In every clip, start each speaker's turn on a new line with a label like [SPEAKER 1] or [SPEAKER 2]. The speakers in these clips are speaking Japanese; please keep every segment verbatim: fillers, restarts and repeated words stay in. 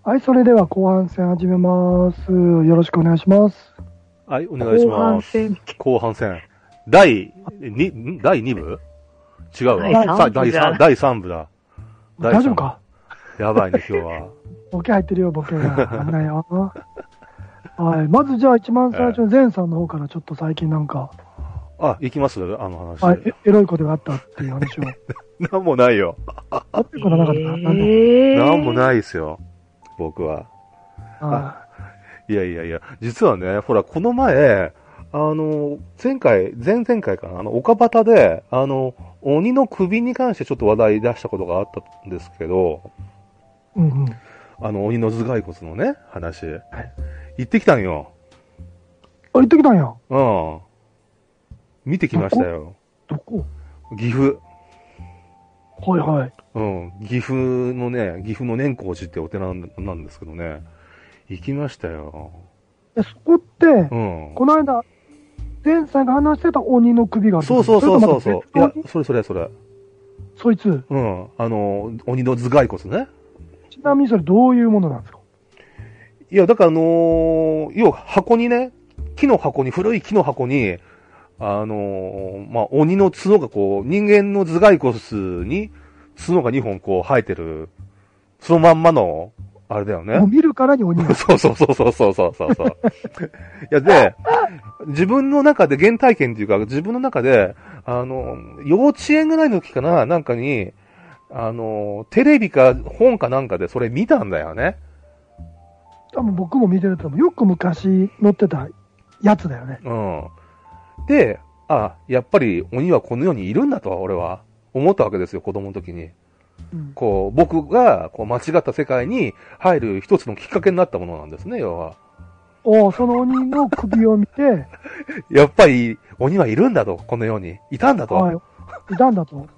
[SPEAKER 1] はい、それでは後半戦始めます。よろしくお願いします。
[SPEAKER 2] はい、お願いします。後半戦。後半戦。第に、だいに部違うわ。だいさん、だいさん部だ。
[SPEAKER 1] 大丈夫か？
[SPEAKER 2] やばいね、今日は。
[SPEAKER 1] ボケ入ってるよ、ボケが。危ないよ。はい。まずじゃあ一番最初に前さんの方からちょっと最近なんか。
[SPEAKER 2] あ、行きますあの話。
[SPEAKER 1] はい。エロいことがあったっていう話を。
[SPEAKER 2] なんもないよ。
[SPEAKER 1] あってことなかった、え
[SPEAKER 2] ー、なんもないですよ。僕は。
[SPEAKER 1] あ
[SPEAKER 2] いやいやいや、実はね、ほら、この前、あの、前回、前々回かな、あの、岡端で、あの、鬼の首に関してちょっと話題出したことがあったんですけど、
[SPEAKER 1] うんうん。
[SPEAKER 2] あの、鬼の頭蓋骨のね、話。はい、行ってきたんよ。
[SPEAKER 1] あ、行ってきたんや。
[SPEAKER 2] うん。見てきましたよ。
[SPEAKER 1] どこ？
[SPEAKER 2] 岐阜。
[SPEAKER 1] はいはい。
[SPEAKER 2] うん。岐阜のね、岐阜の年光寺ってお寺なんですけどね、行きましたよ。
[SPEAKER 1] え、そこって、
[SPEAKER 2] うん、
[SPEAKER 1] この間、前さんが話してた鬼の首がある。
[SPEAKER 2] そうそうそうそうそう。いや、それそれそれ。
[SPEAKER 1] そいつ。
[SPEAKER 2] うん。あの、鬼の頭蓋骨ね。
[SPEAKER 1] ちなみにそれどういうものなんですか？
[SPEAKER 2] いや、だからあのー、要は箱にね、木の箱に、古い木の箱に、あのー、まあ、鬼の角がこう、人間の頭蓋骨に角がにほんこう生えてる、そのまんまの、あれだよね。
[SPEAKER 1] もう見るからに鬼が。
[SPEAKER 2] そうそうそうそうそうそうそう。いや、で、自分の中で、原体験っていうか、自分の中で、あの、幼稚園ぐらいの時かな、なんかに、あの、テレビか本かなんかでそれ見たんだよね。
[SPEAKER 1] 多分僕も見てると思う。よく昔載ってたやつだよね。
[SPEAKER 2] うん。で、あ、やっぱり鬼はこの世にいるんだとは俺は思ったわけですよ、子供の時に。うん、こう、僕がこう間違った世界に入る一つのきっかけになったものなんですね、要は。
[SPEAKER 1] おその鬼の首を見て、
[SPEAKER 2] やっぱり鬼はいるんだと、この世に。いたんだと。
[SPEAKER 1] はい。いたんだと。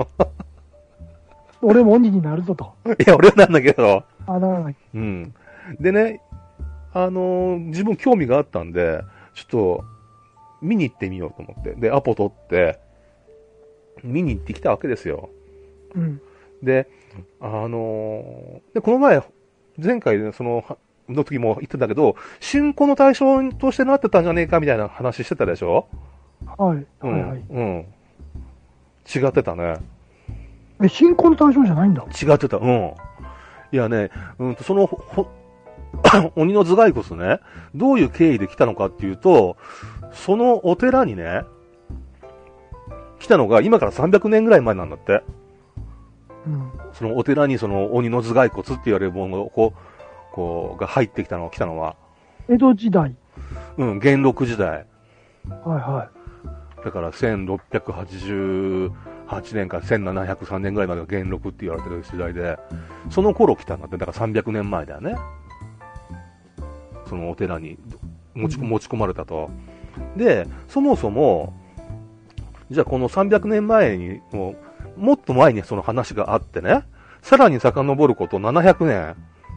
[SPEAKER 1] 俺も鬼になるぞと。
[SPEAKER 2] いや、俺はなんだけど。
[SPEAKER 1] あ、ならない。
[SPEAKER 2] うん。でね、あのー、自分興味があったんで、ちょっと、見に行ってみようと思って。で、アポ取って、見に行ってきたわけですよ。
[SPEAKER 1] うん。
[SPEAKER 2] で、あのー、で、この前、前回、ね、その、の時も言ってたけど、信仰の対象としてなってたんじゃねえかみたいな話してたでしょ？
[SPEAKER 1] はい。
[SPEAKER 2] うん。
[SPEAKER 1] はいはい。
[SPEAKER 2] うん。違ってたね。
[SPEAKER 1] え、信仰の対象じゃないんだ。
[SPEAKER 2] 違ってた。うん。いやね、うんと、その、ほ、鬼の頭蓋骨ね、どういう経緯で来たのかっていうと、そのお寺にね、来たのが今からさんびゃくねんぐらい前なんだって。
[SPEAKER 1] うん。
[SPEAKER 2] そのお寺にその鬼の頭蓋骨って言われるものをこう、こう、が入ってきたの、来たのは。
[SPEAKER 1] 江戸時代。
[SPEAKER 2] うん、元禄時代。
[SPEAKER 1] はいはい。
[SPEAKER 2] だからせんろっぴゃくはちじゅうはちねんからせんななひゃくさんねんぐらいまでが元禄って言われてる時代で、その頃来たんだって、だからさんびゃくねんまえだよね。そのお寺に持ち、持ち込まれたと。で、そもそも、じゃあこのさんびゃくねんまえに、もう、もっと前にその話があってね、さらに遡ることななひゃくね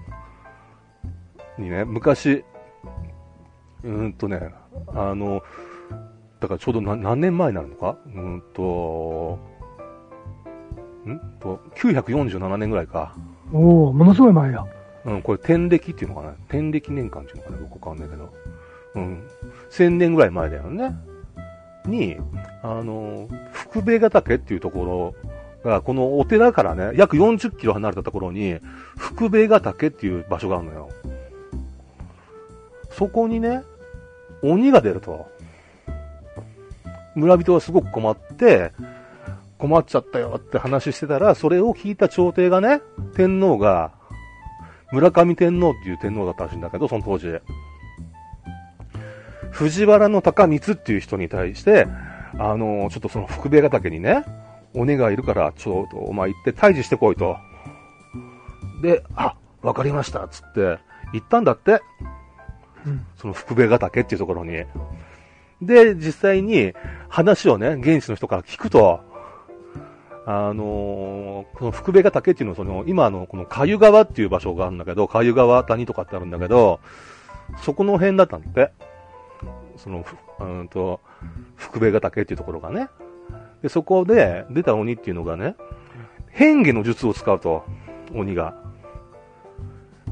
[SPEAKER 2] んにね、昔、うーんとね、あの、だからちょうど何、何年前になるのかうーんと、んと、きゅうひゃくよんじゅうななねんぐらいか。
[SPEAKER 1] おお、ものすごい前や。
[SPEAKER 2] うん、これ天暦っていうのかな天暦年間っていうのかなよくわかんないけど。うん。せんねんぐらい前だよね。に、あの、福部ヶ岳っていうところが、このお寺からね、約よんじゅっキロ離れたところに、福部ヶ岳っていう場所があるのよ。そこにね、鬼が出ると。村人はすごく困って、困っちゃったよって話してたら、それを聞いた朝廷がね、天皇が、村上天皇っていう天皇だったらしいんだけど、その当時。藤原の高光っていう人に対して、あのー、ちょっとその福部ヶ岳にね、鬼がいるから、ちょっとお前行って退治してこいと。で、あ、わかりました、つって、行ったんだって。うん、その福部ヶ岳っていうところに。で、実際に話をね、現地の人から聞くと、あのー、この福部ヶ岳っていうのはその、今のこのかゆ川っていう場所があるんだけど、かゆ川谷とかってあるんだけど、そこの辺だったんだって。その、うんと、福部ヶ岳っていうところがね。で、そこで出た鬼っていうのがね、変化の術を使うと、鬼が。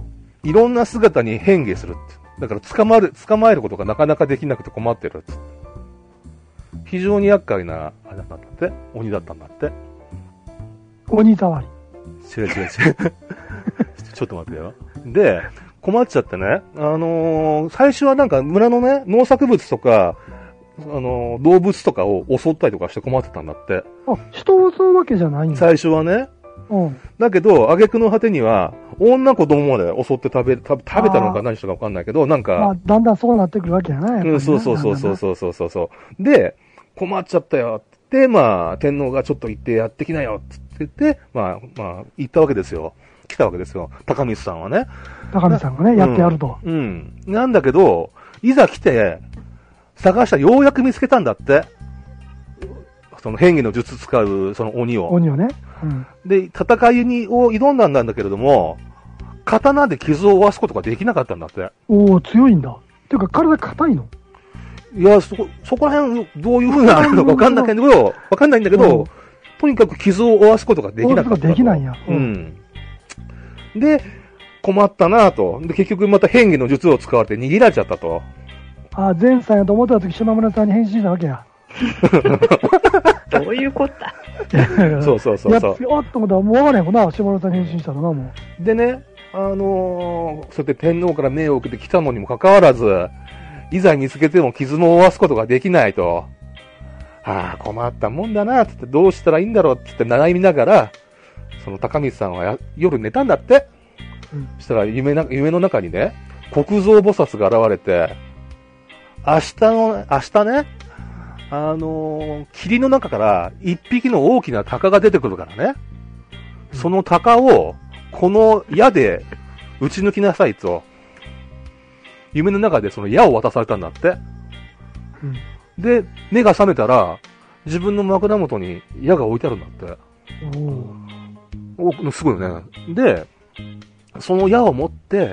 [SPEAKER 2] いろんな姿に変化するって。だから捕まる、捕まえることがなかなかできなくて困ってるって。非常に厄介な、あれだったんだって。鬼だったんだって。
[SPEAKER 1] 鬼触り。
[SPEAKER 2] 違う違う違う。ちょっと待ってよ。で、困っちゃってね、あのー、最初はなんか村のね、農作物とか、あのー、動物とかを襲ったりとかして困ってたんだって。
[SPEAKER 1] あ、人を襲うわけじゃないんだ。
[SPEAKER 2] 最初はね。
[SPEAKER 1] うん。
[SPEAKER 2] だけど、挙句の果てには、女子供まで襲って食べ、食べ食べたのか何したかわかんないけど、なんか。
[SPEAKER 1] まあ、だんだんそうなってくるわけやな、やっぱり、ね。
[SPEAKER 2] うん、そうそうそうそうそうそうそう。で、困っちゃったよって、まあ、天皇がちょっと行ってやってきなよって言って、まあ、まあ、行ったわけですよ。来たわけですよ。高光さんはね。
[SPEAKER 1] 高光さんがね、やってやると。
[SPEAKER 2] うん。うん。なんだけど、いざ来て、探したらようやく見つけたんだって。その変化の術使う、その鬼を。
[SPEAKER 1] 鬼をね。うん。
[SPEAKER 2] で、戦いに、を挑んだんだけれども、刀で傷を負わすことができなかったんだって。
[SPEAKER 1] おお、強いんだ。ていうか、体硬いの？
[SPEAKER 2] いや、そこ、そこら辺、どういう風なのかわかんないけど、わかんないんだけど、うん、とにかく傷を負わすことができなかった。
[SPEAKER 1] できないんや。
[SPEAKER 2] うん。うん、で、困ったなぁと。で、結局また変化の術を使われて逃げられちゃったと。
[SPEAKER 1] ああ、前さんやと思った時、島村さんに変身したわけや。
[SPEAKER 3] どういうことだ
[SPEAKER 2] そうそうそうそう。
[SPEAKER 1] いや、おっと思ったら、もうわからへんもんな、島村さんに変身したのな、も
[SPEAKER 2] う。でね、あのー、そうやって天皇から命を受けてきたのにもかかわらず、いざ見つけても傷も負わすことができないと。ああ、困ったもんだな、つってどうしたらいいんだろうってって悩みながら、その高光さんはや夜寝たんだって。うん、そしたら夢な、夢の中にね、国蔵菩薩が現れて、明日の、明日ね、あのー、霧の中から一匹の大きな鷹が出てくるからね。うん、その鷹を、この矢で撃ち抜きなさいと。夢の中でその矢を渡されたんだって。うん、で、目が覚めたら、自分の枕元に矢が置いてあるんだって。おお、すごいよね。で、その矢を持って、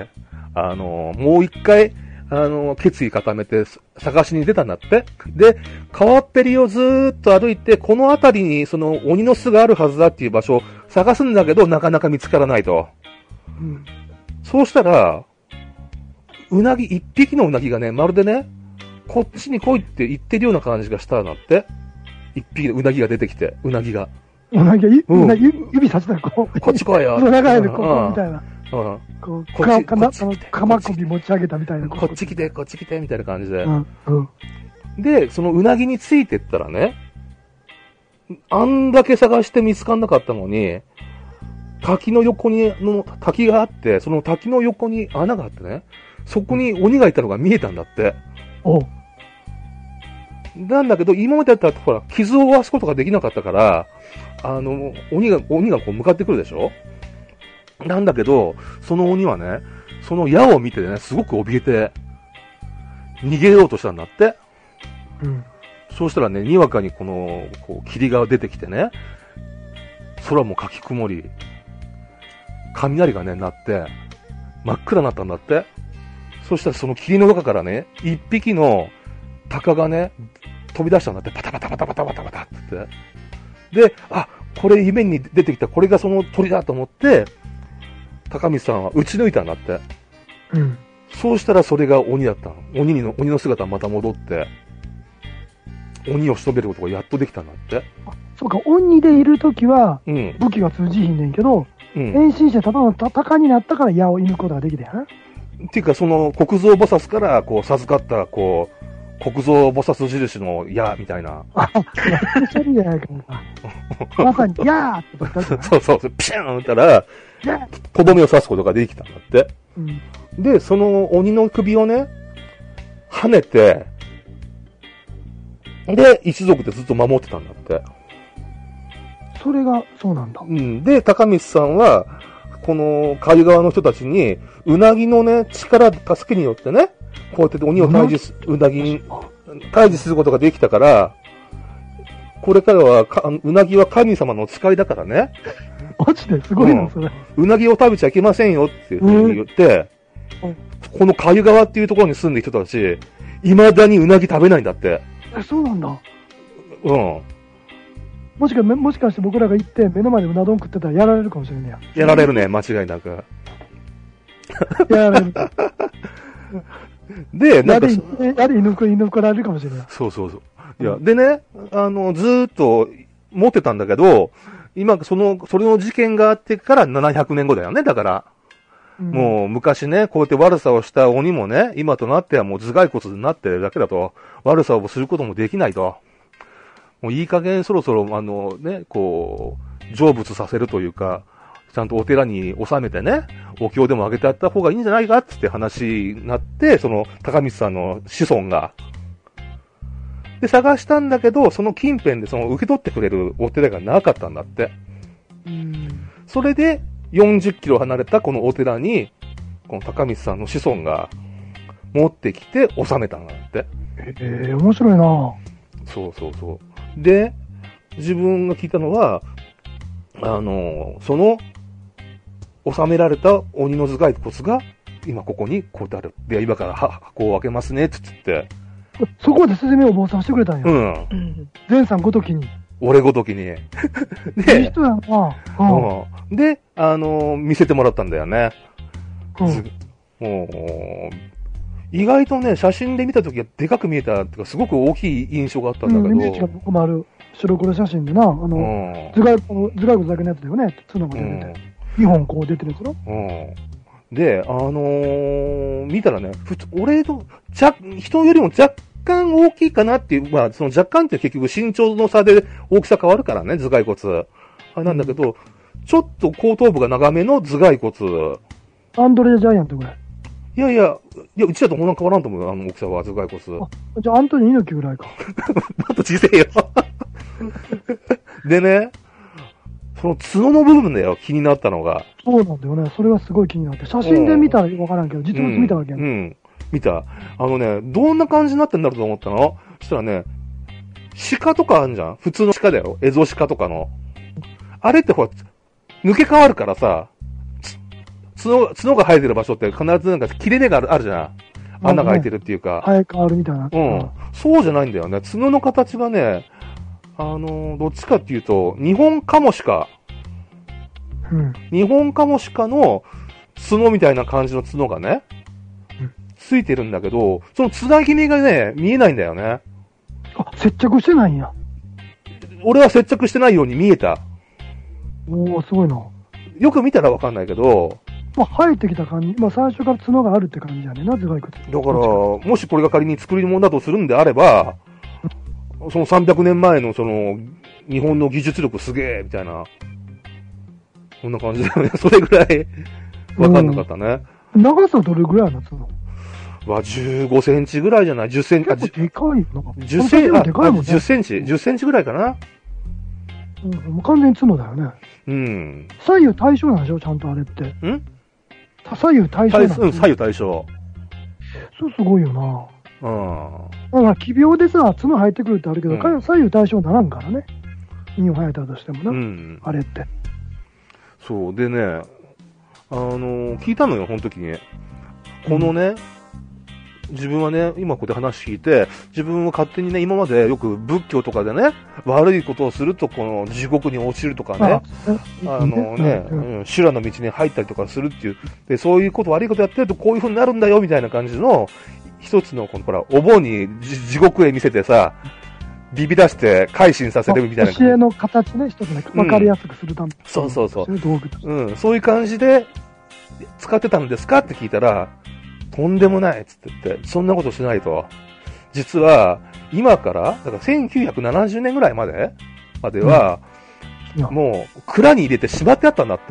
[SPEAKER 2] あのー、もう一回、あのー、決意固めて探しに出たんだって。で、川っぺりをずーっと歩いて、この辺りにその鬼の巣があるはずだっていう場所を探すんだけど、なかなか見つからないと。うん、そうしたら、うなぎ、一匹のうなぎがね、まるでね、こっちに来いって言ってるような感じがしたんだって。一匹のうなぎが出てきて、うなぎが。
[SPEAKER 1] うなぎが、うん、うなぎ指さしたらこう。
[SPEAKER 2] こっち来いよ。
[SPEAKER 1] 長いで、ここみたいな。
[SPEAKER 2] うん。
[SPEAKER 1] こう、か、かな、あの、かま首持ち上げたみたいな。
[SPEAKER 2] こっち来て、こっち来て、みたいな感じで。
[SPEAKER 1] うん。うん。
[SPEAKER 2] で、そのうなぎについてったらね、あんだけ探して見つかんなかったのに、滝の横に、の、滝があって、その滝の横に穴があってね、そこに鬼がいたのが見えたんだって。
[SPEAKER 1] おう。
[SPEAKER 2] なんだけど、今までだったら、ほら、傷を負わすことができなかったから、あの、鬼が、鬼がこう向かってくるでしょ？なんだけど、その鬼はね、その矢を見てね、すごく怯えて、逃げようとしたんだって。うん。そうしたらね、にわかにこの、こう、霧が出てきてね、空もかき曇り、雷がね、鳴って、真っ暗になったんだって。そしたらその霧の中からね、一匹の鷹がね、飛び出したんだって、パタパタパタパタパタパタって言って。で、あ、これ夢に出てきた、これがその鳥だと思って、高光さんは撃ち抜いたんだって。うん。そうしたらそれが鬼だったの。鬼の、鬼の姿がまた戻って、鬼を仕留めることがやっとできたんだって。
[SPEAKER 1] あ、そうか、鬼でいるときは、うん、武器が通じひんねんけど、うん、変身してただの鷹になったから矢を射抜くことができたよな。
[SPEAKER 2] っていうか、その国蔵菩薩から、こう、授かった、こう、国蔵菩薩印の矢みたいな。
[SPEAKER 1] あ、それじゃないかもな。まさに、矢ーって言った。
[SPEAKER 2] そうそうそう、ピシャーン打ったら、とどめを刺すことができたんだって。うん、で、その鬼の首をね、跳ねて、で、一族でずっと守ってたんだって。
[SPEAKER 1] それが、そうなんだ。
[SPEAKER 2] うん。で、高光さんは、この、海側の人たちに、うなぎのね、力、助けによってね、こうやって鬼を退治す、うなぎに、退治することができたから、これからはか、うなぎは神様の使いだからね。
[SPEAKER 1] マジですごいな、それ、
[SPEAKER 2] うん。うなぎを食べちゃいけませんよって言って、うん、この海側っていうところに住んでる人たち、未だにうなぎ食べないんだって。
[SPEAKER 1] え、そうなんだ。
[SPEAKER 2] うん。
[SPEAKER 1] もしか、もしかして僕らが行って目の前でうな丼食ってたらやられるかもしれないや。
[SPEAKER 2] やられるね、間違いなく。
[SPEAKER 1] やられる。
[SPEAKER 2] で、なんか、
[SPEAKER 1] やれ、犬く、犬くられるかもしれない。
[SPEAKER 2] そうそうそう。いや、でね、あの、ずーっと持ってたんだけど、今、その、それの事件があってからななひゃくねんごだよね、だから。うん、もう昔ね、こうやって悪さをした鬼もね、今となってはもう頭蓋骨になってるだけだと、悪さをすることもできないと。もういい加減そろそろ、あのね、こう、成仏させるというか、ちゃんとお寺に収めてね、お経でもあげてやった方がいいんじゃないかって話になって、その高光さんの子孫が。で、探したんだけど、その近辺でその受け取ってくれるお寺がなかったんだって。うん、それで、よんじゅっキロ離れたこのお寺に、この高光さんの子孫が持ってきて収めたんだって。
[SPEAKER 1] ええー、面白いな。
[SPEAKER 2] そうそうそう。で、自分が聞いたのは、あの、その、収められた鬼の頭蓋骨が、今ここにこうってある。で、今から箱を開けますね、つって。
[SPEAKER 1] そこで説明を坊さんしてくれたんや。うん。前さんごときに。
[SPEAKER 2] 俺ごときに。で、
[SPEAKER 1] いい人やな。
[SPEAKER 2] うん。で、あのー、見せてもらったんだよね。うん。もう、意外とね、写真で見たときはでかく見えたっていうか、すごく大きい印象があったんだけど。うん、イメージが僕もある。白黒写真でな、あの、うん、頭蓋骨、頭蓋骨だけのやつだよね、角が出てて。に、うん、ほんこう出てるやつろ。うん。 で、あのー、見たらね、普通、俺と、ちゃ、人よりも若干大きいかなっていう、まあ、その若干って結局身長の差で大きさ変わるからね、頭蓋骨。あれなんだけど、うん、ちょっと後頭部が長めの頭蓋骨。
[SPEAKER 1] アンドレ・ジャイアントぐらい。
[SPEAKER 2] いやいや、いや、うちだとこんな変わらんと思うよ、あの大きさは、頭蓋骨。
[SPEAKER 1] あ、じゃあアントニー猪木ぐらいか。
[SPEAKER 2] もっと小さいよ。でね、その角の部分だよ、気になったのが。
[SPEAKER 1] そうなんだよね。それがすごい気になって。写真で見たらわからんけど、実物見たわけやん。
[SPEAKER 2] うん、うん。見た。あのね、どんな感じになってんだろうと思ったの。そしたらね、鹿とかあんじゃん。普通の鹿だよ。エゾ鹿とかの。あれってほら、抜け変わるからさ、角、角が生えてる場所って必ずなんか切れ目がある、あるじゃん。穴が開いてるっていうか。
[SPEAKER 1] 生え変わるみたいな。
[SPEAKER 2] うん。そうじゃないんだよね。角の形がね、あのー、どっちかっていうと、日本カモシカ。うん。日本カモシカの角みたいな感じの角がね、うん、ついてるんだけど、そのつなぎ目がね、見えないんだよね。
[SPEAKER 1] あ、接着してないんや。
[SPEAKER 2] 俺は接着してないように見えた。
[SPEAKER 1] おー、すごいな。
[SPEAKER 2] よく見たらわかんないけど、
[SPEAKER 1] まあ、生えてきた感じ。まあ、最初から角があるって感じやねんな、頭蓋骨。
[SPEAKER 2] だから、もしこれが仮に作り物だとするんであれば、そのさんびゃくねんまえのその、日本の技術力すげえ、みたいな。こんな感じだよね。それぐらい、わかんなかったね。
[SPEAKER 1] うん、長さどれぐらいなの
[SPEAKER 2] は、じゅうごセンチぐらいじゃない ?じゅっ センチ。
[SPEAKER 1] 結構でかいの
[SPEAKER 2] じゅっセンチ、あ、じゅっセンチ、じゅっセンチぐらいかな。
[SPEAKER 1] うん、もう完全に角だよね。
[SPEAKER 2] うん。
[SPEAKER 1] 左右対称なんでしょちゃんとあれって。ん左右対称なんで
[SPEAKER 2] うん、左右対称。
[SPEAKER 1] そうすごいよな。うん。だから奇病でさ、角生えてくるってあるけど、うん、左右対称ならんからね。人生えたとしてもな。うん。あれって。
[SPEAKER 2] そう。でね、あのー、聞いたのよ、この時に。このね、うん、自分はね、今ここで話聞いて、自分は勝手にね、今までよく仏教とかでね、悪いことをすると、この地獄に落ちるとかね、あ, あのね、うん、修羅の道に入ったりとかするっていう、で、そういうこと、悪いことやってるとこういう風になるんだよ、みたいな感じの、一つの、この、ほら、お盆に地獄へ見せてさ、ビビらして改心させるみたいな。
[SPEAKER 1] 教えの形ね、一つね、わかりやすくするため、うん、
[SPEAKER 2] そうそうそう。そういう道具として。うん、そういう感じで、使ってたんですかって聞いたら、とんでもないっつって言って、そんなことしないと。実は、今から、だからせんきゅうひゃくななじゅうねんぐらいまでまでは、うん、もう、蔵に入れてしまってあったんだって。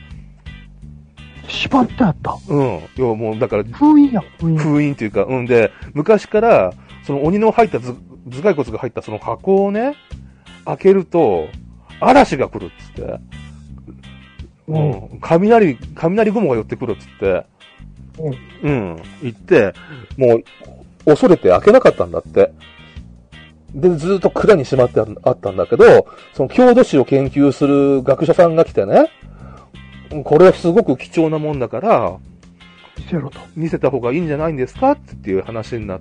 [SPEAKER 1] しまってあった。
[SPEAKER 2] うん。要はもう、だから、
[SPEAKER 1] 封印や、
[SPEAKER 2] 封印。封印っていうか、うんで、昔から、その鬼の入った頭蓋骨が入ったその箱をね、開けると、嵐が来るっつって。うん。雷、雷雲が寄ってくるっつって。うん。うん。言って、もう、恐れて開けなかったんだって。で、ずっと蔵にしまってあったんだけど、その郷土史を研究する学者さんが来てね、これはすごく貴重なもんだから、
[SPEAKER 1] 見せろと。
[SPEAKER 2] 見せた方がいいんじゃないんですかっていう話になって、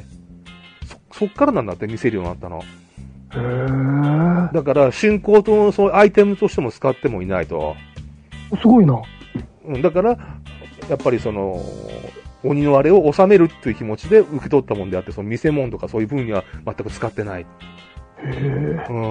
[SPEAKER 2] そ、そっからなんだって見せるようになったの。
[SPEAKER 1] へー。
[SPEAKER 2] だから、信仰とのそういうアイテムとしても使ってもいないと。
[SPEAKER 1] すごいな。
[SPEAKER 2] うん、だから、 やっぱりその、鬼のあれを収めるっていう気持ちで受け取ったもんであって、その見せ物とかそういう分には全く使ってない。へ
[SPEAKER 1] え。
[SPEAKER 2] うん。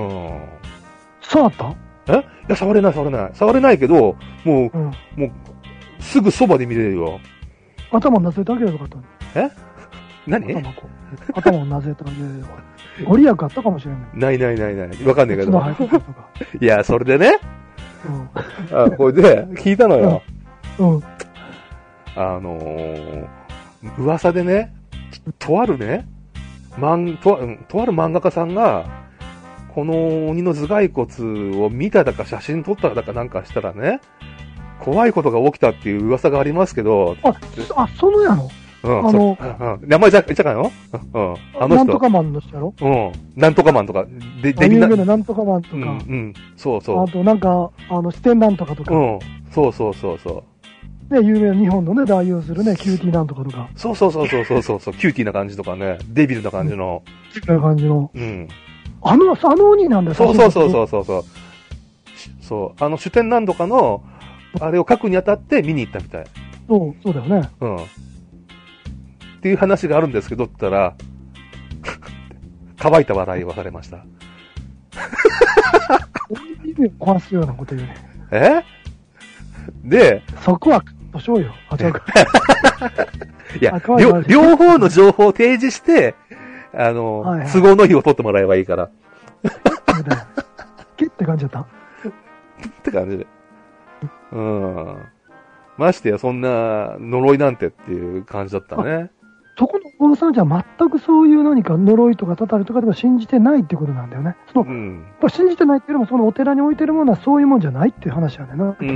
[SPEAKER 1] 触った
[SPEAKER 2] えいや、触れない、触れない。触れないけど、もう、うん、もう、すぐそばで見れるよ。
[SPEAKER 1] 頭なぜてあげればよかったの？
[SPEAKER 2] え何
[SPEAKER 1] 頭こう。頭をなぜてあげれば。ご利益あったかもしれない。
[SPEAKER 2] ないないないない。わかんないけど。いや、それでね。うん。あ、これで、聞いたのよ。うん。うん、あのー、噂でね、とあるね、漫、と、とある漫画家さんが、この鬼の頭蓋骨を見ただか写真撮っただかなんかしたらね、怖いことが起きたっていう噂がありますけど。
[SPEAKER 1] あ、あ、そのやの
[SPEAKER 2] うん、あの、うん、名前じゃ、言っちゃかんよ。うん。あの人。
[SPEAKER 1] なんとかマンの人やろ？
[SPEAKER 2] うん。なんとかマンとか。
[SPEAKER 1] で、デビューのなんとかマンとか。うん、
[SPEAKER 2] うん。そうそう。
[SPEAKER 1] あと、なんか、あの、視点なんとかとか。
[SPEAKER 2] うん。そうそうそうそう。
[SPEAKER 1] ね、有名な日本のね、代表するね、キューティーなんとかとか。
[SPEAKER 2] そうそうそうそうそうそうそう。キューティーな感じとかね。デビルな感じの。
[SPEAKER 1] キューティーな感じの。
[SPEAKER 2] うん。
[SPEAKER 1] あの、あの鬼なんだよ。
[SPEAKER 2] そうそうそうそうそうそう。そう。あの、主典なんとかの、あれを書くにあたって見に行ったみたい。
[SPEAKER 1] そう、そうだよね。
[SPEAKER 2] うん。っていう話があるんですけど、って言ったら、乾いた笑いをされました。
[SPEAKER 1] 意味を壊すようなこと言うね。
[SPEAKER 2] えで、
[SPEAKER 1] そこは、どうしようよ。あ、違うか。
[SPEAKER 2] いや両、両方の情報を提示して、あの、はいはい、都合の日を取ってもらえばいいから。
[SPEAKER 1] けって感じだった
[SPEAKER 2] って感じで。うん。ましてや、そんな呪いなんてっていう感じだったね。
[SPEAKER 1] そこのお坊さんじゃ全くそういう何か呪いとかたたりとかでも信じてないってことなんだよね。その、うん、信じてないっていうのも、そのお寺に置いてるものはそういうもんじゃないっていう話やねんな、うん、うん。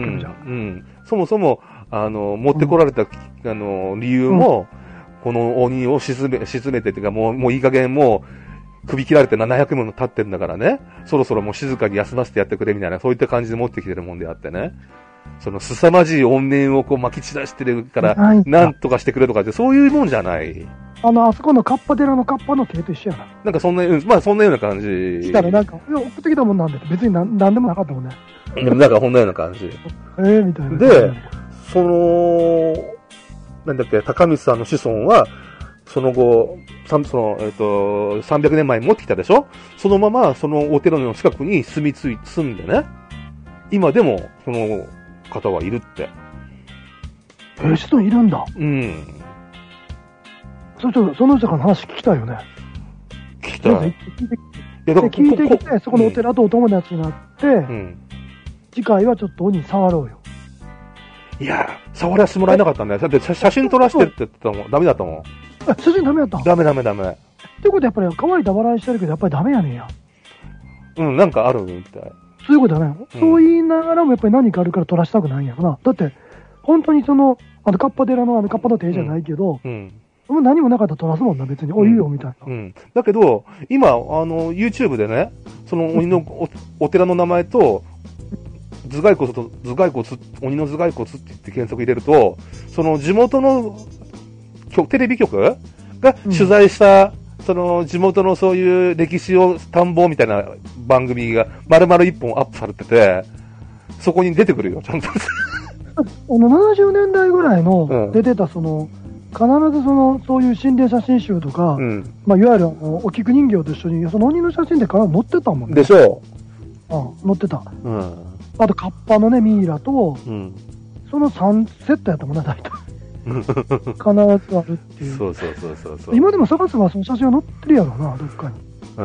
[SPEAKER 2] そもそも、あの、持ってこられた、うん、あの、理由も、うん、この鬼を沈め、沈めてっていうか、もう、もういい加減もう、首切られてななひゃくねんも経ってるんだからね、そろそろもう静かに休ませてやってくれみたいな、そういった感じで持ってきてるもんであってね。その凄まじい怨念をこう撒き散らしてるから、なんとかしてくれとかって、そういうもんじゃない。
[SPEAKER 1] あの、あそこのカッパ寺のカッパの手と一緒やな。
[SPEAKER 2] なんかそんな、まあそんなような感じ。
[SPEAKER 1] したらなんか、いや、送ってきたもんなんで、別になんなんでもなかったもんね。
[SPEAKER 2] なんかこんなような感じ。
[SPEAKER 1] ええー、みたいな。
[SPEAKER 2] で、その、なんだっけ、高光さんの子孫は、その後、その、えっと、さんびゃくねんまえに持ってきたでしょ？そのまま、そのお寺の近くに住みつい、住んでね、今でも、その方はいるって。
[SPEAKER 1] えー、人いるんだ。
[SPEAKER 2] うん。
[SPEAKER 1] それちょっと、その人から話聞きたいよね。
[SPEAKER 2] 聞きたい。
[SPEAKER 1] 聞いて、いやだから聞いてきて、そこのお寺とお友達になって、うん、次回はちょっと鬼触ろうよ。
[SPEAKER 2] いや、触らせてもらえなかったんだよ。だって写真撮らせてって言ってたもん。ダメだったもん。
[SPEAKER 1] あ、写真ダメだった
[SPEAKER 2] ダメダメダメ。
[SPEAKER 1] ってことはやっぱり乾いた笑いしてるけど、やっぱりダメやねんや。
[SPEAKER 2] うん、なんかあるみたい。
[SPEAKER 1] そういうことだね、うん。そう言いながらもやっぱり何かあるから撮らしたくないんやろな。だって、本当にその、あの、カッパ寺のあの、カッパの手じゃないけど、うん。うん、何もなかったら撮らすもんな、別に。お、いいよ、みたいな。
[SPEAKER 2] うん。だけど、今、あの、YouTube でね、その鬼のお、お寺の名前と、頭蓋骨と、頭蓋骨、鬼の頭蓋骨って言って検索入れると、その地元のテレビ局が取材した、うん、その地元のそういう歴史を探訪みたいな番組が丸々一本アップされてて、そこに出てくるよ、ちゃんと。
[SPEAKER 1] あのななじゅうねんだいぐらいの出てたその、必ずそのそういう心霊写真集とか、うん、まあ、いわゆるお菊人形と一緒にその鬼の写真でから載ってたもんね。
[SPEAKER 2] でしょ
[SPEAKER 1] う。うん、載ってた。うん、あとカッパのねミイラと、うん、そのさんセットやったもんね、大体。必ずあるっていう。
[SPEAKER 2] そうそうそうそうそう。
[SPEAKER 1] 今でも探せばその写真は載ってるやろな、どっかに。
[SPEAKER 2] うん。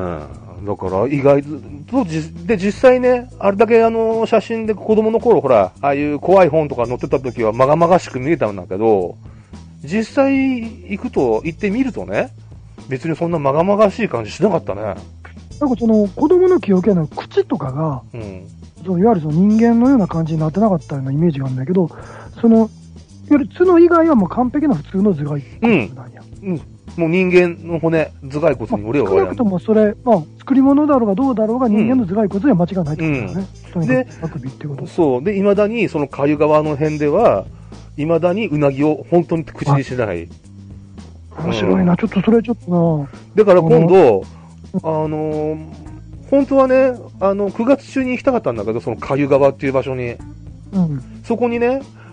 [SPEAKER 2] だから意外と、で、実際ね、あれだけあの、写真で子供の頃ほら、ああいう怖い本とか載ってた時はまがまがしく見えたんだけど、実際行くと、行ってみるとね、別にそんなまがまがしい感じしなかったね。
[SPEAKER 1] なんかその、子供の記憶やの口とかが、うん、そのいわゆるその人間のような感じになってなかったようなイメージがあるんだけど、その、いわゆる角以外はもう完璧な普通の頭蓋骨なんや。
[SPEAKER 2] うん。うん。もう人間の骨、頭蓋骨に俺は
[SPEAKER 1] 少なくともそれ、まあ、作り物だろうがどうだろうが人間の頭蓋骨には間違いないってことだよね。うん、で、
[SPEAKER 2] そう。で、未だにそのかゆ側の辺では、未だにうなぎを本当に口にしない。
[SPEAKER 1] 面白いな、うん、ちょっとそれちょっとな。
[SPEAKER 2] だから今度、あのー、本当はね、あの、くがつ中に行きたかったんだけど、そのかゆ川っていう場所に。うん。そこにね、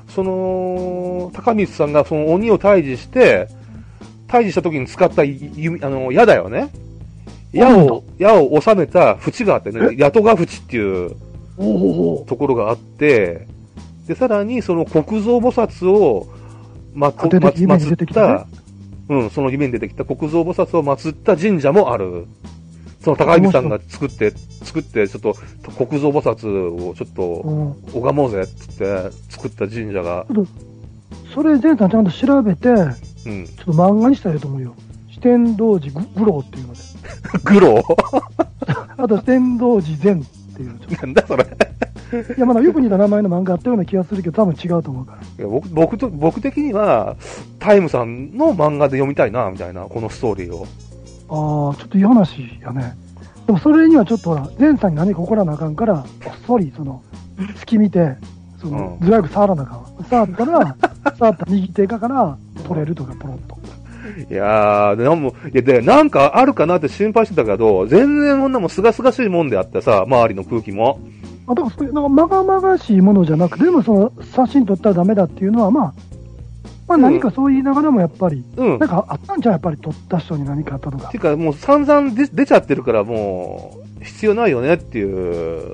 [SPEAKER 2] その、高光さんがその鬼を退治して、退治した時に使った弓、あの、矢だよね。矢を、矢を収めた縁があってね、八戸ヶ淵っていうところがあって、で、さらにその国蔵菩薩を、ま、と、ま、祀った、うん、その夢に出てきた国蔵菩薩を祀った神社もある。その高木さんが作って、作って、ちょっと、国蔵菩薩をちょっと、拝もうぜって言って、作った神社が。
[SPEAKER 1] それ、前さんちゃんと調べて、うん、ちょっと漫画にしたらいいと思うよ。四天童寺愚郎っていうので。
[SPEAKER 2] 愚郎
[SPEAKER 1] あと、四天童寺禅っていう。
[SPEAKER 2] なんだそれ。
[SPEAKER 1] いや、まだよく似た名前の漫画あったような気がするけど、多分違うと思うから。
[SPEAKER 2] いや、僕、僕と、僕的には、タイムさんの漫画で読みたいな、みたいな、このストーリーを。
[SPEAKER 1] ああ、ちょっといい話やね。でもそれにはちょっとほら、前さんに何か怒らなあかんから、こっそり、その、隙見て、その、ずらく触らなあかん。触ったら、触った右手から取れるとか、ポロッと。
[SPEAKER 2] いやー、でも、いや、で、なんかあるかなって心配してたけど、全然こんなもんすがすがしいもんであってさ、周りの空気も。
[SPEAKER 1] あ、だからそういう、なんか、まがまがしいものじゃなくて、でもその、写真撮ったらダメだっていうのは、まあ、まあ何かそう言いながらもやっぱり、うん、なんかあったんじゃん、やっぱり撮った人に何かあったとか。
[SPEAKER 2] ていうかもう散々出、出ちゃってるからもう、必要ないよねっていう。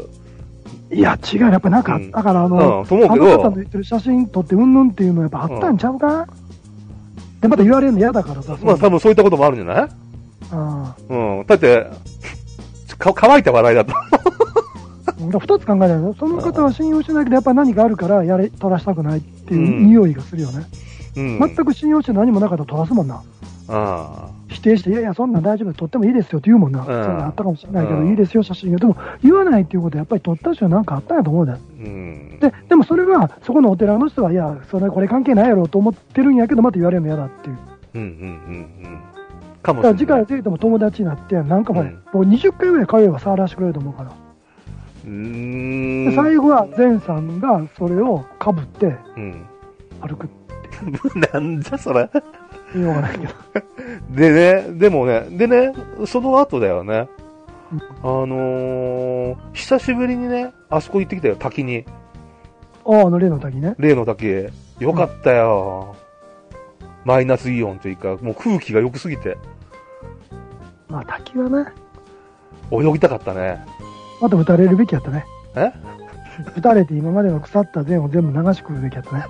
[SPEAKER 1] いや、違う、やっぱなんか、うん、だからあの、うん、と思うけど、あの方の言ってる写真撮ってうんぬんっていうのはやっぱあったんちゃうか、うん、で、また言われるの嫌だからさ。
[SPEAKER 2] まあ多分そういったこともあるんじゃない？あうん。だって、か、乾いた笑いだと。
[SPEAKER 1] 二つ考えないの。その方は信用してないけど、やっぱ何かあるからやれ、撮らしたくないっていう匂いがするよね。うん、全く信用して何もなかったら撮らすもんな。あ否定して、いやいや、そんなん大丈夫、撮ってもいいですよって言うもんな。そんなんあったかもしれないけど、いいですよ、写真が。でも、言わないっていうことは、やっぱり撮った人は何かあったんやと思うんだよ。うん、で、でもそれは、そこのお寺の人は、いや、それ、これ関係ないやろうと思ってるんやけど、また言われるの嫌だっていう。うんうんうんうん。かもしれない。だから次回出ても友達になって、なんかもう、うん、もうにじゅっかいぐらい通えば触らせてくれると思うから。うーんで最後は前さんがそれをかぶって歩くって、
[SPEAKER 2] うん、なんじゃそれ
[SPEAKER 1] 言いようがないけど
[SPEAKER 2] でね、でもね、でね、その後だよね、うん、あのー、久しぶりにね、あそこ行ってきたよ、滝に。
[SPEAKER 1] ああ、あの例の滝ね。
[SPEAKER 2] 例の滝。よかったよ、うん、マイナスイオンというか、もう空気が良くすぎて。
[SPEAKER 1] まあ滝はね、
[SPEAKER 2] 泳ぎたかったね。
[SPEAKER 1] また打たれるべきやったね。
[SPEAKER 2] え
[SPEAKER 1] 打たれて今までの腐った善を全部流し込むべきやったね。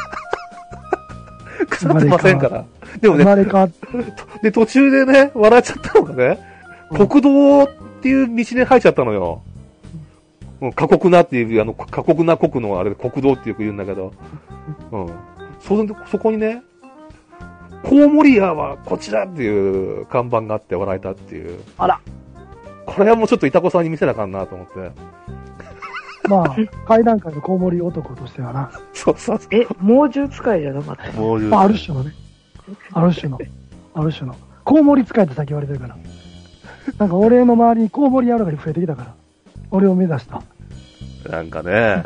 [SPEAKER 2] 腐ってませんから。でもね、
[SPEAKER 1] 生まれ変わっ
[SPEAKER 2] で、途中でね、笑っちゃったのがね、うん、国道っていう道に入っちゃったのよ。うん、過酷なっていう、あの、過酷な国のあれ、国道ってよく言うんだけど。うん。そ、そこにね、コウモリ屋はこちらっていう看板があって笑えたっていう。
[SPEAKER 1] あら。
[SPEAKER 2] これはもうちょっとイタコさんに見せなあかんなと思って。
[SPEAKER 1] まあ、階段階のコウモリ男としてはな。
[SPEAKER 2] そうそうそう。
[SPEAKER 3] え、猛獣使いじゃなかった
[SPEAKER 2] 猛獣、
[SPEAKER 1] まあ、ある種のね。ある種の。ある種の。コウモリ使いってさっき言われてるから。なんか俺の周りにコウモリやるがり増えてきたから。俺を目指した。
[SPEAKER 2] なんかね。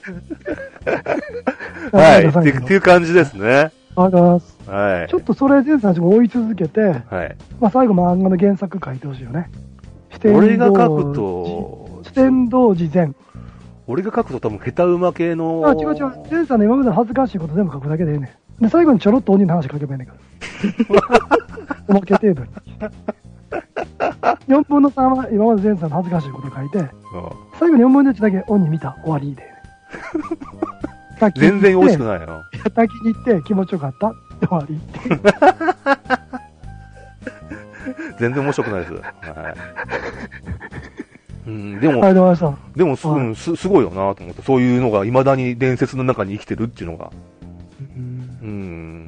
[SPEAKER 2] はい。っていう感じですね。
[SPEAKER 1] ありがとうございます。
[SPEAKER 2] はい。
[SPEAKER 1] ちょっとそれ全さん追い続けて、はい。まあ最後漫画の原作書いてほしいよね。
[SPEAKER 2] 俺が書くと、
[SPEAKER 1] 四天童寺禅。
[SPEAKER 2] 俺が書くと多分下手馬系の。
[SPEAKER 1] あ、違う違う。禅さんの今までの恥ずかしいこと全部書くだけでええねん。で、最後にちょろっと鬼の話書けばええねんから。おまけ程度に。よんぶんのさんは今まで禅さんの恥ずかしいこと書いて、最後によんぶんのいちだけ鬼見た、終わりで。
[SPEAKER 2] 全然美味しくないよ。
[SPEAKER 1] 滝に行って気持ちよかったって終わりって。
[SPEAKER 2] 全然面白くないです。はい。うん、でも、
[SPEAKER 1] はい、どうも
[SPEAKER 2] でもす、はい、す、すごいよなと思って、そういうのが未だに伝説の中に生きてるっていうのが。うん。うん。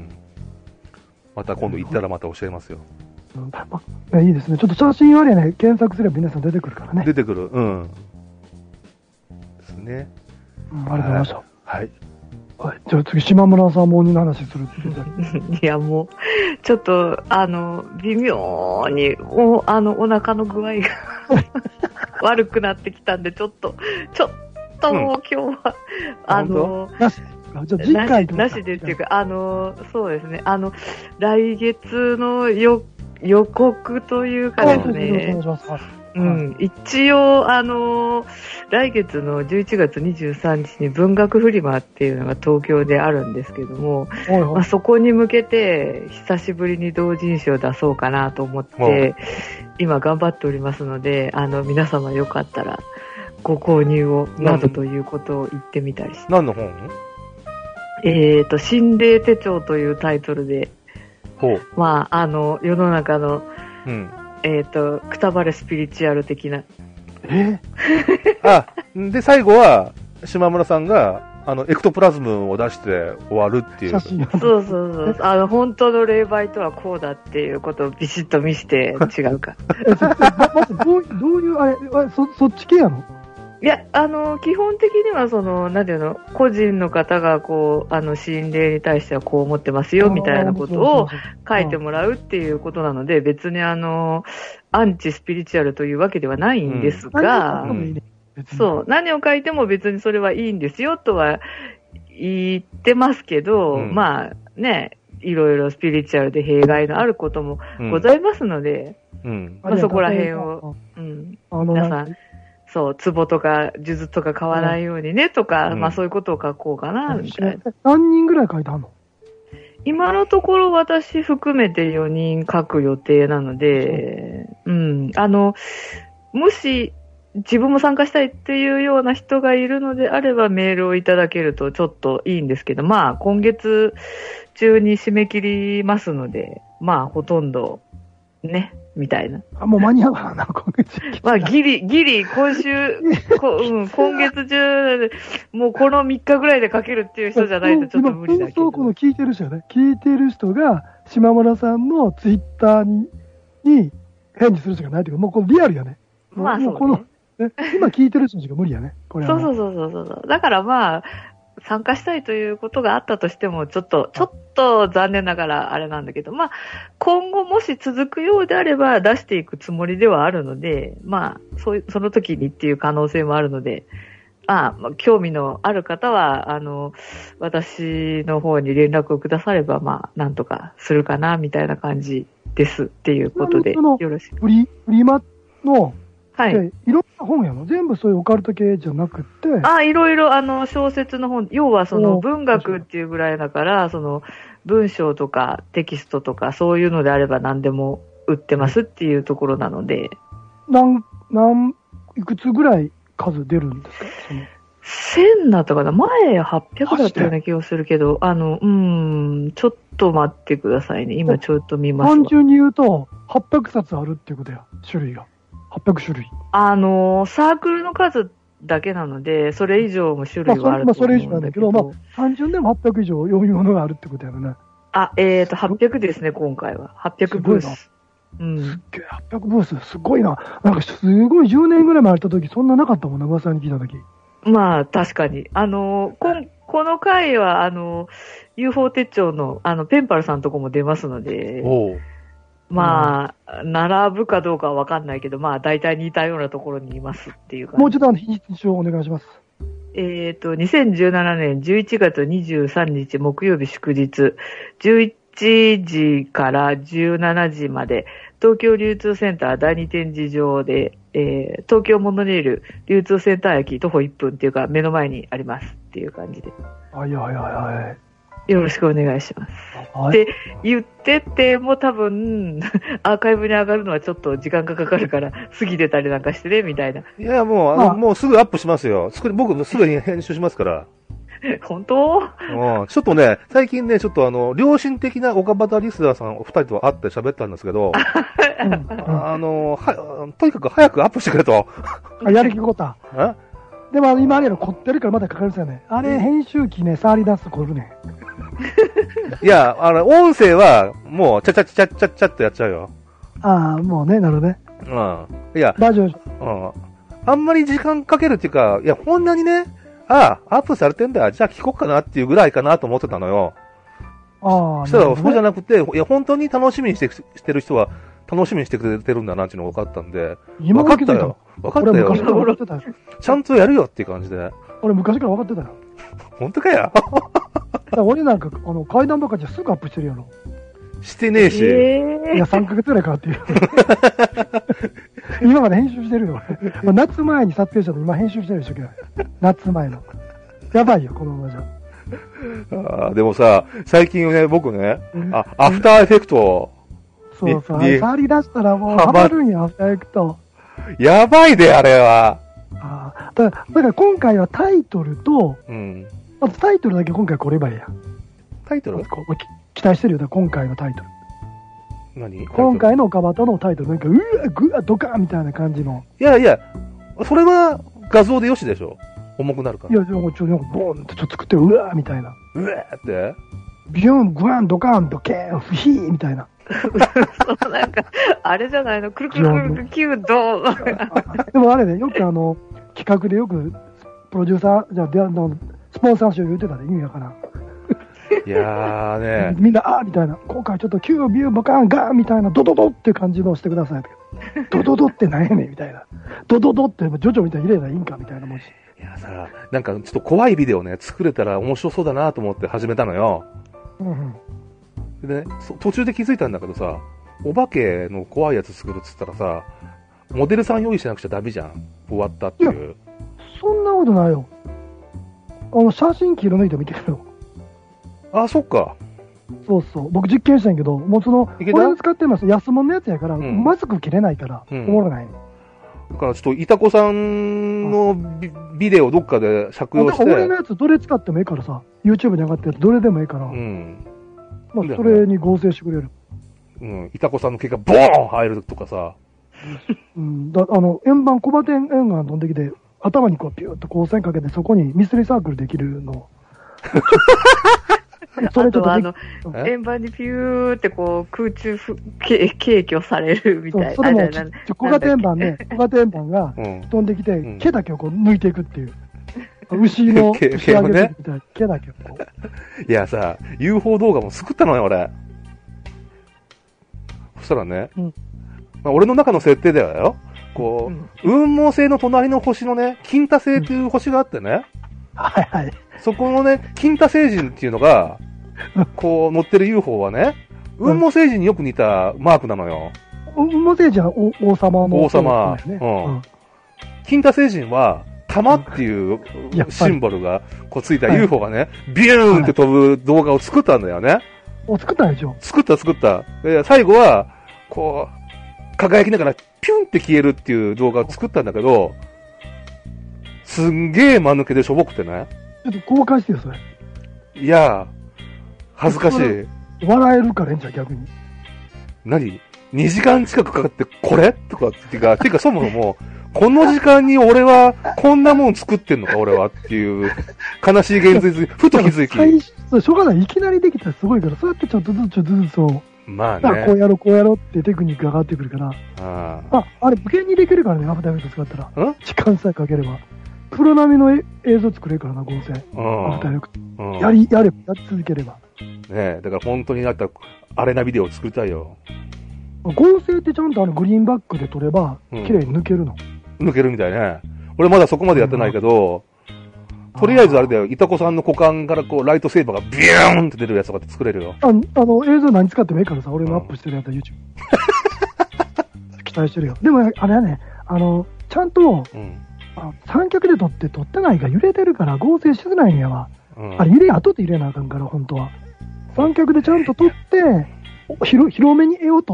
[SPEAKER 2] また今度行ったらまた教えますよ。
[SPEAKER 1] うん、いいですね。ちょっと写真ありね、検索すれば皆さん出てくるからね。
[SPEAKER 2] 出てくる。うん。ですね。
[SPEAKER 1] うん、ありがとうございました。
[SPEAKER 2] はい。
[SPEAKER 1] はい、じゃあ次、島村さんも鬼の話するって
[SPEAKER 3] いや、もう、ちょっと、あの、微妙に、もう、あの、お腹の具合が悪くなってきたんで、ちょっと、ちょっともう今日は、うん、あの、
[SPEAKER 1] なし、じゃあ次回
[SPEAKER 3] なしでっていうか、あの、そうですね、あの、来月のよ、 予告というかですね。うん、一応、あのー、来月のじゅういちがつにじゅうさんにちに文学フリマっていうのが東京であるんですけども、はいはい、まあ、そこに向けて久しぶりに同人誌を出そうかなと思って、今頑張っておりますので、あの、皆様よかったらご購入をなどということを言ってみたりして。
[SPEAKER 2] 何の本？
[SPEAKER 3] えーと、心霊手帳というタイトルで、ほう。まあ、あの、世の中の、うん。えっ、ー、と、くたばれスピリチュアル的な。
[SPEAKER 2] えあ、で、最後は、島村さんが、あの、エクトプラズムを出して終わるっていう。
[SPEAKER 3] そうそうそう。あの、本当の霊媒とはこうだっていうことをビシッと見せて違うか。
[SPEAKER 1] まず、どう、どういう、あれ、あれそ、そっち系やの？
[SPEAKER 3] いや、あの、基本的には、その、なんていうの、個人の方が、こう、あの、心霊に対してはこう思ってますよ、みたいなことを書いてもらうっていうことなので、別にあの、アンチスピリチュアルというわけではないんですが、うん、そう、何を書いても別にそれはいいんですよ、とは言ってますけど、うん、まあ、ね、いろいろスピリチュアルで弊害のあることもございますので、うん、まあ、そこら辺を、うん、皆さん、そう、壺とか、数珠とか買わないようにね、とか、うん、まあそういうことを書こうかな、みたいな。
[SPEAKER 1] 何人ぐらい書いてあるの？
[SPEAKER 3] 今のところ私含めてよにん書く予定なので、うん、あの、もし自分も参加したいっていうような人がいるのであればメールをいただけるとちょっといいんですけど、まあ今月中に締め切りますので、まあほとんどね、みたいな。
[SPEAKER 1] あ、もう間に合うかな、今月。
[SPEAKER 3] まあ、ギリ、ギリ、今週、こうん、今月中、もうこのみっかぐらいで書けるっていう人じゃないとちょっと無理だけど。
[SPEAKER 1] 今、この聞いてる人ね、聞いてる人が、島村さんのツイッターに、に返事するしかないというか、もうこのリアルやね。
[SPEAKER 3] まあ、そうね。
[SPEAKER 1] もうこの、ね、今聞いてる人しか無理やね。これは、ね。
[SPEAKER 3] そうそうそうそうそう。だからまあ、参加したいということがあったとしても、ちょっと、ちょっと残念ながらあれなんだけど、まあ、今後もし続くようであれば出していくつもりではあるので、まあ、そういう、その時にっていう可能性もあるので、まあ、興味のある方は、あの、私の方に連絡をくだされば、まあ、なんとかするかな、みたいな感じですっていうことで、よろしく。
[SPEAKER 1] フリ、フリマの、
[SPEAKER 3] はい。
[SPEAKER 1] いろんな本やの？全部そういうオカルト系じゃなくて。
[SPEAKER 3] あ、いろいろ、あの、小説の本、要はその文学っていうぐらいだから、その文章とかテキストとかそういうのであれば何でも売ってますっていうところなので。
[SPEAKER 1] なん、なん、いくつぐらい数出るんですか？その
[SPEAKER 3] せんだったかな？前はっぴゃくだったような気がするけど、あの、うーん、ちょっと待ってくださいね。今ちょっと見ますわ。
[SPEAKER 1] 単純に言うと、はっぴゃくさつあるっていうことや、種類が。はっぴゃくしゅるい。
[SPEAKER 3] あのー、サークルの数だけなので、それ以上も種類はあると思うんだけど。まあ、それ以上なんだけど、まあ、
[SPEAKER 1] 単純でもはっぴゃく以上読み物があるってことやね。
[SPEAKER 3] あ、えーと、はっぴゃくですね、今回は。はっぴゃくブース。
[SPEAKER 1] うん。すっげえ、はっぴゃくブース、すごいな。なんか、すごいじゅうねんぐらい前やった時、そんななかったもんな、噂に聞いた時。
[SPEAKER 3] まあ、確かに。あのー、こん、この回は、あのー、ユーフォー 手帳の、あの、ペンパルさんとこも出ますので、おまあ、うん、並ぶかどうかはわかんないけど、まあ、大体似たようなところにいますっていう感じ。
[SPEAKER 1] もうちょっとあの、日にちをお願いします。
[SPEAKER 3] えっと、にせんじゅうななねんじゅういちがつにじゅうさんにち木曜日祝日、じゅういちじからじゅうしちじまで、東京流通センターだいに展示場で、えー、東京モノレール流通センター駅徒歩いっぷんっていうか、目の前にありますっていう感じで。
[SPEAKER 1] はいはいはいはい。
[SPEAKER 3] よろしくお願いします。はい、って言ってても多分、アーカイブに上がるのはちょっと時間がかかるから、過ぎてたりなんかしてね、みたいな。
[SPEAKER 2] いや、もう、あの、もうすぐアップしますよ。僕、すぐに編集しますから。
[SPEAKER 3] 本当？
[SPEAKER 2] うん、ちょっとね、最近ね、ちょっとあの、良心的な岡端リスナーさんお二人と会って喋ったんですけど、あの、は、とにかく早くアップしてくれと。
[SPEAKER 1] やる気こった。えでも今あれやろ、凝ってるからまだかかるんですよね。あれ、編集機ね、触り出すと凝るね。
[SPEAKER 2] いや、あの、音声は、もう、ちゃちゃちゃちゃちゃっとやっちゃうよ。
[SPEAKER 1] ああ、もうね、なるほどね。
[SPEAKER 2] うん。いや、
[SPEAKER 1] 大丈夫。
[SPEAKER 2] うん。あんまり時間かけるっていうか、いや、こんなにね、ああ、アップされてんだ、じゃあ聞こうかなっていうぐらいかなと思ってたのよ。ああ、したら、そうじゃなくて、いや、本当に楽しみにしてしてる人は、楽しみにしてくれてるんだなっていうのが分かったんで。
[SPEAKER 1] 今
[SPEAKER 2] 分かったよ。分かったよ。
[SPEAKER 1] 昔から分かってたよ。
[SPEAKER 2] ちゃんとやるよっていう感じで。
[SPEAKER 1] 俺昔から分かってたよ。
[SPEAKER 2] 本当かよ。
[SPEAKER 1] 俺なんか、あの、階段ばっかじゃすぐアップしてるやろ。
[SPEAKER 2] してねえし。
[SPEAKER 3] えー、
[SPEAKER 1] いや、さんかげつぐらいかかってる。今まで編集してるよ。夏前に撮影したの今編集してるでしょ、夏前の。やばいよ、このままじゃ。
[SPEAKER 2] あでもさ、最近ね、僕ね、あ、アフターエフェクト。
[SPEAKER 1] そうそう、触り出したらもうハマるんや、アフターエフェクト。
[SPEAKER 2] やばいで、あれは。
[SPEAKER 1] あだから、だから今回はタイトルと、うん。まずタイトルだけ今回こればいいや。
[SPEAKER 2] タイトル
[SPEAKER 1] こう期待してるよ、今回のタイトル。
[SPEAKER 2] 何
[SPEAKER 1] 今回の岡端のタイトル、なんか、うわ、ぐわ、ドカーンみたいな感じの。
[SPEAKER 2] いやいや、それは画像でよしでしょ。重くなるから。
[SPEAKER 1] いや、でもちょっとボーンってちょっと作って、うわーみたいな。
[SPEAKER 2] うわーって
[SPEAKER 1] ビュン、グワン、ドカーン、ドケーン、フヒーみたいな。
[SPEAKER 3] そうなんか、あれじゃないの、くるくるくるくる、キュードー。
[SPEAKER 1] でもあれね、よくあの、企画でよく、プロデューサー、じゃあ、であのスポンサー賞言うてたら意味わからん。
[SPEAKER 2] いやーね
[SPEAKER 1] みんな、あーみたいな、今回ちょっとキュー、ビュー、ボカーン、ガーンみたいな、ドドドって感じのをしてください。ドドドってなんやねんみたいな。ドドドって、ジョジョみたいに入れたらいいんかみたいな文字。
[SPEAKER 2] いやさ、なんかちょっと怖いビデオね、作れたら面白そうだなと思って始めたのよ。うんうん。でね、途中で気づいたんだけどさ、お化けの怖いやつ作るっつったらさ、モデルさん用意しなくちゃダメじゃん。終わったっていう。いや、
[SPEAKER 1] そんなことないよ。あの、写真切り抜いてみてるよ。
[SPEAKER 2] あ、そっか。
[SPEAKER 1] そうそう。僕実験したんやけど、もうその、俺使ってます。安物のやつやから、うん、マスク切れないから、うん、おもろない。
[SPEAKER 2] だからちょっと、いたこさんのビ、ビデオどっかで借用して。
[SPEAKER 1] 俺のやつどれ使ってもいいからさ、YouTube に上がったやつどれでもいいから、うん。まあ、それに合成してくれる。
[SPEAKER 2] うん。いたこさんの毛がボーン入るとかさ。
[SPEAKER 1] うん。だあの、円盤、小バテン円が飛んできて、頭にこうピューッと光線かけて、そこにミステリーサークルできるの。
[SPEAKER 3] それちょっとあの、円盤にピューってこう空中ふ軽挙されるみたいな。
[SPEAKER 1] それも、小型円盤ね、小型円盤が飛んできて、うん、毛だけをこう抜いていくっていう。牛の、毛牛上げてみたいな毛だけをこ
[SPEAKER 2] う。いやさ、ユーフォー 動画も作ったのよ、俺。そしたらね、うん、まあ、俺の中の設定ではよ、こう、うん、雲母星の隣の星のね、金太星っていう星があってね、
[SPEAKER 1] はいはい。
[SPEAKER 2] そこのね、金太星人っていうのが、こう乗ってる ユーフォー はね、雲母星人によく似たマークなのよ。
[SPEAKER 1] 雲母星人は王様の、
[SPEAKER 2] 王様。うん。金太星人は、玉っていうシンボルがこうついた ユーフォー がね、ビューンって飛ぶ動画を作ったんだよね。
[SPEAKER 1] お、作ったでしょ？
[SPEAKER 2] 作った作った。で、最後は、こう、輝きながらピュンって消えるっていう動画を作ったんだけど、すんげえ間抜けでしょぼくてね。
[SPEAKER 1] ちょっと公開してよ、それ。
[SPEAKER 2] いやー、恥ずかしい。
[SPEAKER 1] 笑えるからいいんじゃん、逆に。
[SPEAKER 2] 何 ?に 時間近くかかってこれとかっていうか、てかそもそも、この時間に俺はこんなもん作ってんのか俺はっていう悲しい現実にふと気づき。
[SPEAKER 1] しょうがない。いきなりできたらすごいから、そうやってちょっとずつちょっとずつそう。
[SPEAKER 2] まあね。
[SPEAKER 1] こうやろうこうやろうってテクニックが上がってくるから。ああ。あ、あれ無限にできるからね、アフターエフェクト使ったら。ん時間さえかければ。プロ並みの映像作れるからな、合成。アフターエフェクト。やり、やれば、やり続ければ。
[SPEAKER 2] ねえ、だから本当になったら、アレなビデオを作りたいよ。
[SPEAKER 1] 合成ってちゃんとあのグリーンバックで撮れば、綺麗に抜けるの。
[SPEAKER 2] 抜けるみたいね。俺まだそこまでやってないけど、とりあえずあれだよ、いたこさんの股間からこう、ライトセーバーがビューンって出るやつとかって作れるよ。
[SPEAKER 1] あ、あの、映像何使ってもいいからさ、俺のアップしてるやつは YouTube。期待してるよ。でも、あれはね、あの、ちゃんと、うん、あ三脚で撮って撮ってないから揺れてるから合成しづらいんやわ。うん、あれ、入れ、後で入れなあかんから、本当は。三脚でちゃんと撮って、広、広めに絵を撮って、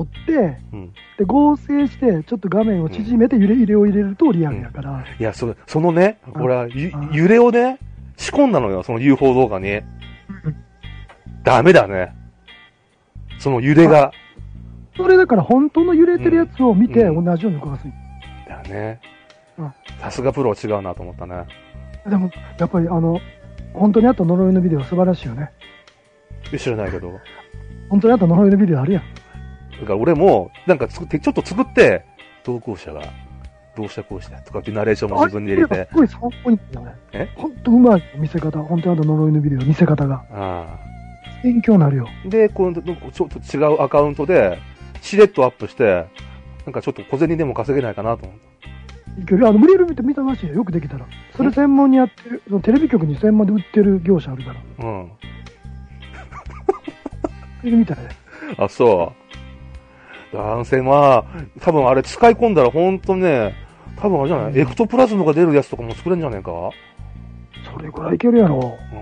[SPEAKER 1] うん、で、合成して、ちょっと画面を縮めて揺れ、揺れを入れるとリアルやから。うん、い
[SPEAKER 2] や、それ、そのね、俺は揺れをね、仕込んだのよ、その ユーフォー 動画に。うん、ダメだね。その揺れが。
[SPEAKER 1] それだから本当の揺れてるやつを見て、同じように動かす。
[SPEAKER 2] だよね。さすがプロは違うなと思ったね。
[SPEAKER 1] でも、やっぱりあの、本当にあった呪いのビデオ素晴らしいよね。
[SPEAKER 2] 知らないけど。
[SPEAKER 1] 本当にあった呪いのビデオあるやん。
[SPEAKER 2] だから俺も、なんか作って、ちょっと作って、投稿者が、どうしたこうしたとかってナレーションも自分で入れて。
[SPEAKER 1] すごい参考になるよね。えほんとうまい見せ方。本当にあった呪いのビデオ、見せ方が。ああ。勉強になるよ。
[SPEAKER 2] で、この、ちょっと違うアカウントで、しれっとアップして、なんかちょっと小銭でも稼げないかなと思って。
[SPEAKER 1] あの無理やり見て見たらしいよ、よくできたら。それ専門にやってる、そのテレビ局に専門で売ってる業者あるから。うん。見るみたいね。
[SPEAKER 2] あ、そう。男性、まあ、多分あれ使い込んだらほんとね、多分あれじゃない、うん、エクトプラズムが出るやつとかも作れんじゃねえか。
[SPEAKER 1] それぐらいいけるやろ。
[SPEAKER 2] うん。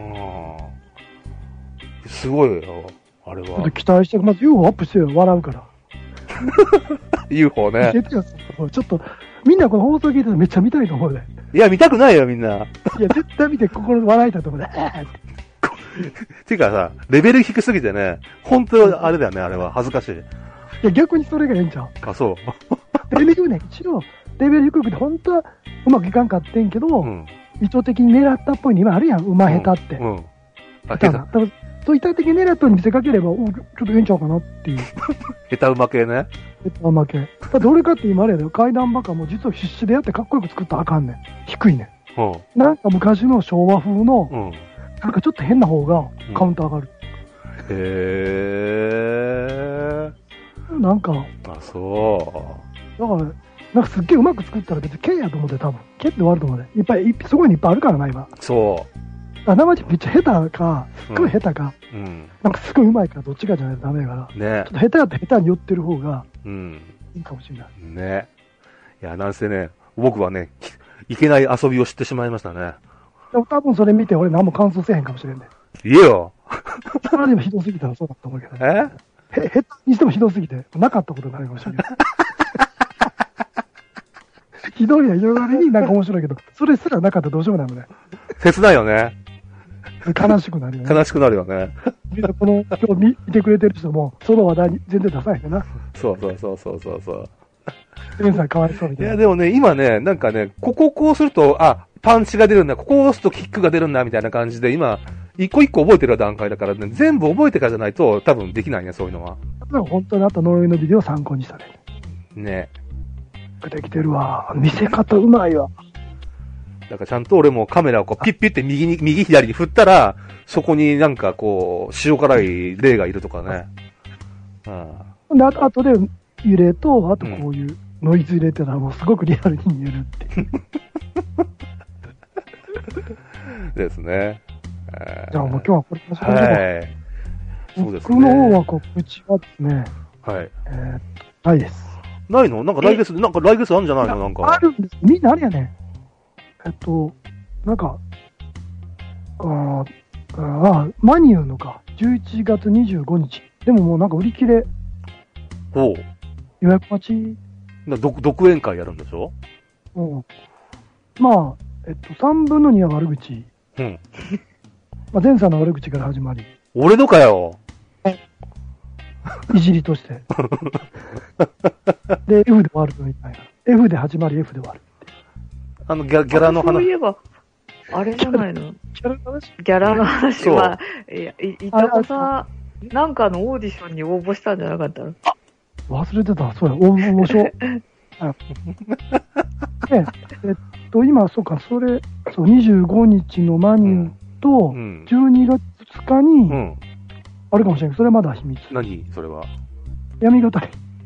[SPEAKER 2] すごいよ、あれは。ちょ
[SPEAKER 1] っと期待して、まず ユーフォー アップしてよ、笑うから。
[SPEAKER 2] ユーフォー ね。
[SPEAKER 1] ちょっと、みんなこの放送聞いてたらめっちゃ見たいと思うで。
[SPEAKER 2] いや、見たくないよ、みんな。いや、
[SPEAKER 1] 絶対見て心笑いたと思うで。
[SPEAKER 2] てかさ、レベル低すぎてね、本当あれだよね、あれは。恥ずかしい。い
[SPEAKER 1] や、逆にそれがええんちゃう。
[SPEAKER 2] あ、そう。
[SPEAKER 1] レベルね、一応、レベル低くて、本当はうまくいかんかってんけど、うん、意図的に狙ったっぽいに今あるやん、馬下手って。うん。うん、あ、下手。だから、そう意図的に狙ったように見せかければ、おちょっとええんちゃうかなっていう。
[SPEAKER 2] 下手馬系ね。
[SPEAKER 1] 下手馬系。だどれかって今あれだよ、階段バカも実は必死でやってかっこよく作ったらあかんねん。低いねん。うん。なんか昔の昭和風の、うん、なんかちょっと変な方がカウンター上がる。
[SPEAKER 2] うん、へ
[SPEAKER 1] ー。なんか。
[SPEAKER 2] あ、そう。
[SPEAKER 1] だから、なんかすっげえうまく作ったら別に K やと思って多分。K って終わると思うね。いっぱい、すごいいっぱいあるからな、今。
[SPEAKER 2] そう。
[SPEAKER 1] あ、生地めっちゃ下手か、すっごい下手か、うん、なんかすごい上手いか、どっちかじゃないとダメだから。ね。ちょっと下手やったら下手に寄ってる方が、うん。いいかもしれない。
[SPEAKER 2] ね。いや、なんせね、僕はね、いけない遊びを知ってしまいましたね。
[SPEAKER 1] でも多分それ見て俺何も感想せえへんかもしれんね。
[SPEAKER 2] 言えよ。
[SPEAKER 1] それでもひどすぎたらそうだと思うけど、ね。えへ、下手にしてもひどすぎて、なかったことになるかもしれない。ひどいや広がりになんか面白いけど、それすらなかったらどうしようもないもんね。
[SPEAKER 2] 切ないよね。
[SPEAKER 1] 悲しくなるよね。
[SPEAKER 2] 悲しくなるよね。
[SPEAKER 1] みんなこの、今日見てくれてる人も、その話題に全然出さないでな。
[SPEAKER 2] そうそうそうそうそうそう。
[SPEAKER 1] ベンさんかわいそうみたいな。
[SPEAKER 2] いやでもね、今ね、なんかね、ここをこうすると、あ、パンチが出るんだ、ここを押すとキックが出るんだ、みたいな感じで、今、一個一個覚えてる段階だからね、全部覚えてからじゃないと多分できないね、そういうのは。
[SPEAKER 1] でも本当にあと呪いのビデオを参考にしたね。
[SPEAKER 2] ね。
[SPEAKER 1] できてるわ。見せ方うまいわ。
[SPEAKER 2] だからちゃんと俺もカメラをこうピッピッって右に、右左に振ったら、そこになんかこう、塩辛い霊がいるとかね。
[SPEAKER 1] うん。で、あと、あとで揺れと、あとこういうノイズ入れてたらもうすごくリアルに見えるっていう。
[SPEAKER 2] ですね。
[SPEAKER 1] じゃあもう今日はこれましょうか。
[SPEAKER 2] はい。そうですね。
[SPEAKER 1] 僕の方は告知はですね。
[SPEAKER 2] はい。
[SPEAKER 1] えー、ないです。
[SPEAKER 2] ないの？なんか来月、なんか来月あるんじゃないの？なんか。
[SPEAKER 1] あるんです。みんなあれやね。えっと、なんか、ああ、マニューのか、じゅういちがつにじゅうごにち。でももうなんか売り切れ。
[SPEAKER 2] ほう。
[SPEAKER 1] 予約待ち。
[SPEAKER 2] 独独演会やるんでしょ？
[SPEAKER 1] うん。まあ、えっと、さんぶんのには悪口。
[SPEAKER 2] うん。
[SPEAKER 1] まあ、前さんの悪口から始まり。
[SPEAKER 2] 俺のかよ。
[SPEAKER 1] いじりとして。で、F で終わるみたいな。F で始まり、F で終わる。
[SPEAKER 2] あの、ギャギャラの話。
[SPEAKER 3] そういえば、あれじゃないのギャラの話ギャラの話は、いや、い、いたこさ、なんかのオーディションに応募したんじゃなかったの？
[SPEAKER 1] あ、忘れてた。そうや、応募書。ね、えっと、今、そうか、それ、そう、にじゅうごにちのマニューと、じゅうにがつふつかに、うん、あるかもしれない。それはまだ秘密。
[SPEAKER 2] 何それは。
[SPEAKER 1] 闇語り。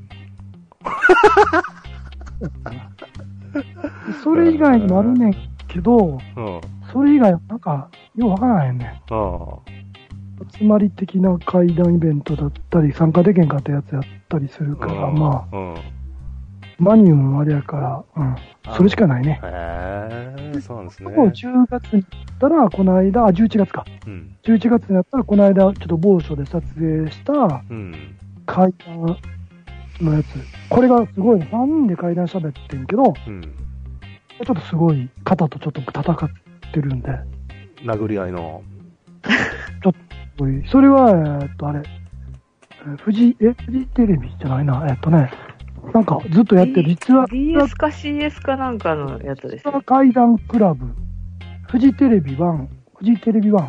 [SPEAKER 1] それ以外にもあるねんけど、うん、それ以外はなんか、ようわからへんねん。集まり的な会談イベントだったり、参加できへんかったやつやったりするから、まあ、うん、マニューもあれやから、うん、それしかないね。
[SPEAKER 2] へー、そうなんですね。
[SPEAKER 1] じゅうがつになったら、この間、じゅういちがつか。うん、じゅういちがつになったら、この間、ちょっと某所で撮影した、会談のやつ。これがすごい、さんにんで会談喋ってんけど、うん、ちょっとすごい、肩とちょっと戦ってるんで。
[SPEAKER 2] 殴り合いの。
[SPEAKER 1] ちょっと、それは、えっと、あれ、フジ、え、フジテレビじゃないな、えっとね、なんかずっとやってる、実は。
[SPEAKER 3] ディーエス か シーエス かなんかのやつですね。
[SPEAKER 1] 怪談クラブ、フジテレビいち、フジテレビいち、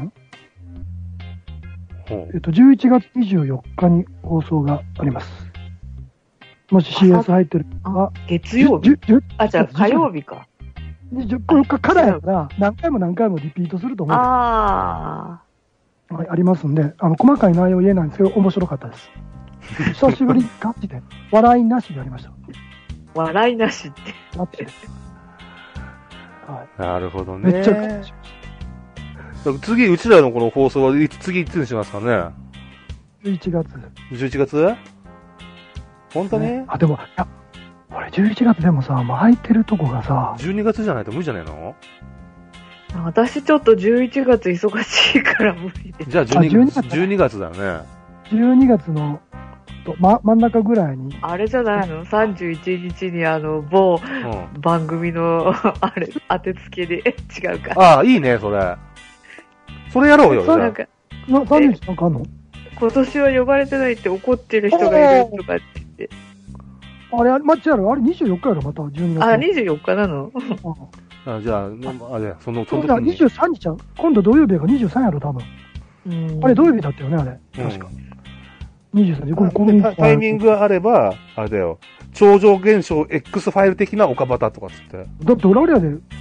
[SPEAKER 1] えっと、じゅういちがつにじゅうよっかに放送があります。もし シーエス 入ってる
[SPEAKER 3] あ、月曜日あ、じゃあ火曜日か。
[SPEAKER 1] にじゅうよっかからやから、何回も何回もリピートすると思う。
[SPEAKER 3] あ
[SPEAKER 1] あ。はい、ありますんで、あの、細かい内容言えないんですけど、面白かったです。久しぶりにガチで、笑いなしでやりました。
[SPEAKER 3] 笑いなしって。
[SPEAKER 1] ガチで。
[SPEAKER 2] はい。なるほどね。
[SPEAKER 1] めっちゃガチ。
[SPEAKER 2] 次、うちらのこの放送は、次いつにしますかね。
[SPEAKER 1] じゅういちがつ。
[SPEAKER 2] じゅういちがつ本当に、
[SPEAKER 1] ね、あ、でも、いや、俺じゅういちがつでもさ、もう空いてるとこがさ。
[SPEAKER 2] じゅうにがつじゃないと無理じゃないの？
[SPEAKER 3] 私ちょっとじゅういちがつ忙しいから無理です。
[SPEAKER 2] じゃあじゅうにがつ、じゅうにがつだね。
[SPEAKER 1] じゅうにがつの、とま、真ん中ぐらいに。
[SPEAKER 3] あれじゃないの ?さんじゅういちにちにあの、某番組の、あれ、当てつけで、違うか。
[SPEAKER 2] ああ、いいね、それ。それやろうよ、じゃあ。
[SPEAKER 3] なんか、
[SPEAKER 1] な、さんじゅういちなんかあんの？
[SPEAKER 3] 今年は呼ばれてないって怒ってる人がいるとかって言って。
[SPEAKER 1] あれ、マッチやろあれにじゅうよっかやろまたじゅうにがつ。
[SPEAKER 3] あ、にじゅうよっかなの
[SPEAKER 2] あじゃあ、あれ、その、
[SPEAKER 1] その時に。にじゅうさんにちは、今度土曜日がにじゅうさんやろ、多分。あれ土曜日だったよね、あれ。確か。にじゅうさんにち、この、この
[SPEAKER 2] タイミングがあれば、あれだよ、超常現象 X ファイル的な岡端とかつって。
[SPEAKER 1] だって俺あれやで、なんか、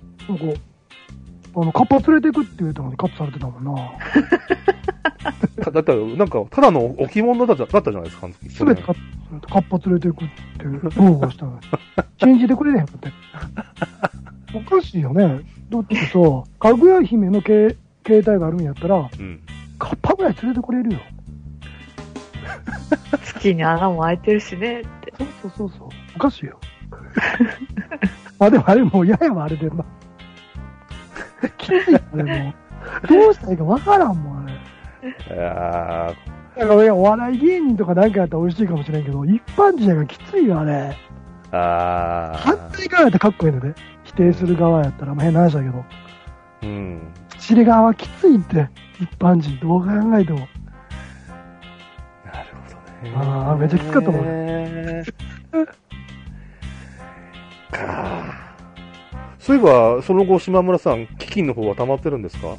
[SPEAKER 1] あの、カッパ連れて行くって言うたのにカットされてたもんな。
[SPEAKER 2] だって、なんか、ただの置物だっただったじゃないですか、
[SPEAKER 1] すべてカット、カッパ連れて行くって豪語したのに。信じてくれねへんかって。おかしいよね。だってさ、かぐや姫の携帯があるんやったら、うん、カッパぐらい連れてくれるよ。
[SPEAKER 3] 月に穴も開いてるしねって。
[SPEAKER 1] そうそうそうそう。おかしいよ。あ、でもあれもう嫌やわ、あれで。まきつい、あれもう。どうしたらいいかわからんもん、あれ。いやー。だからお笑い芸人とかなんかやったら美味しいかもしれんけど、一般人がきついよ、あれ。
[SPEAKER 2] あー。
[SPEAKER 1] 反対側やったらかっこいいので。否定する側やったら、まあ、変な話だけど。うん。口入れ側はきついって、一般人どう考えても。
[SPEAKER 2] なるほどね。
[SPEAKER 1] ああ、めっちゃきつかったもんね。
[SPEAKER 2] かそういえば、その後、島村さん、基金の方は溜まってるんですか？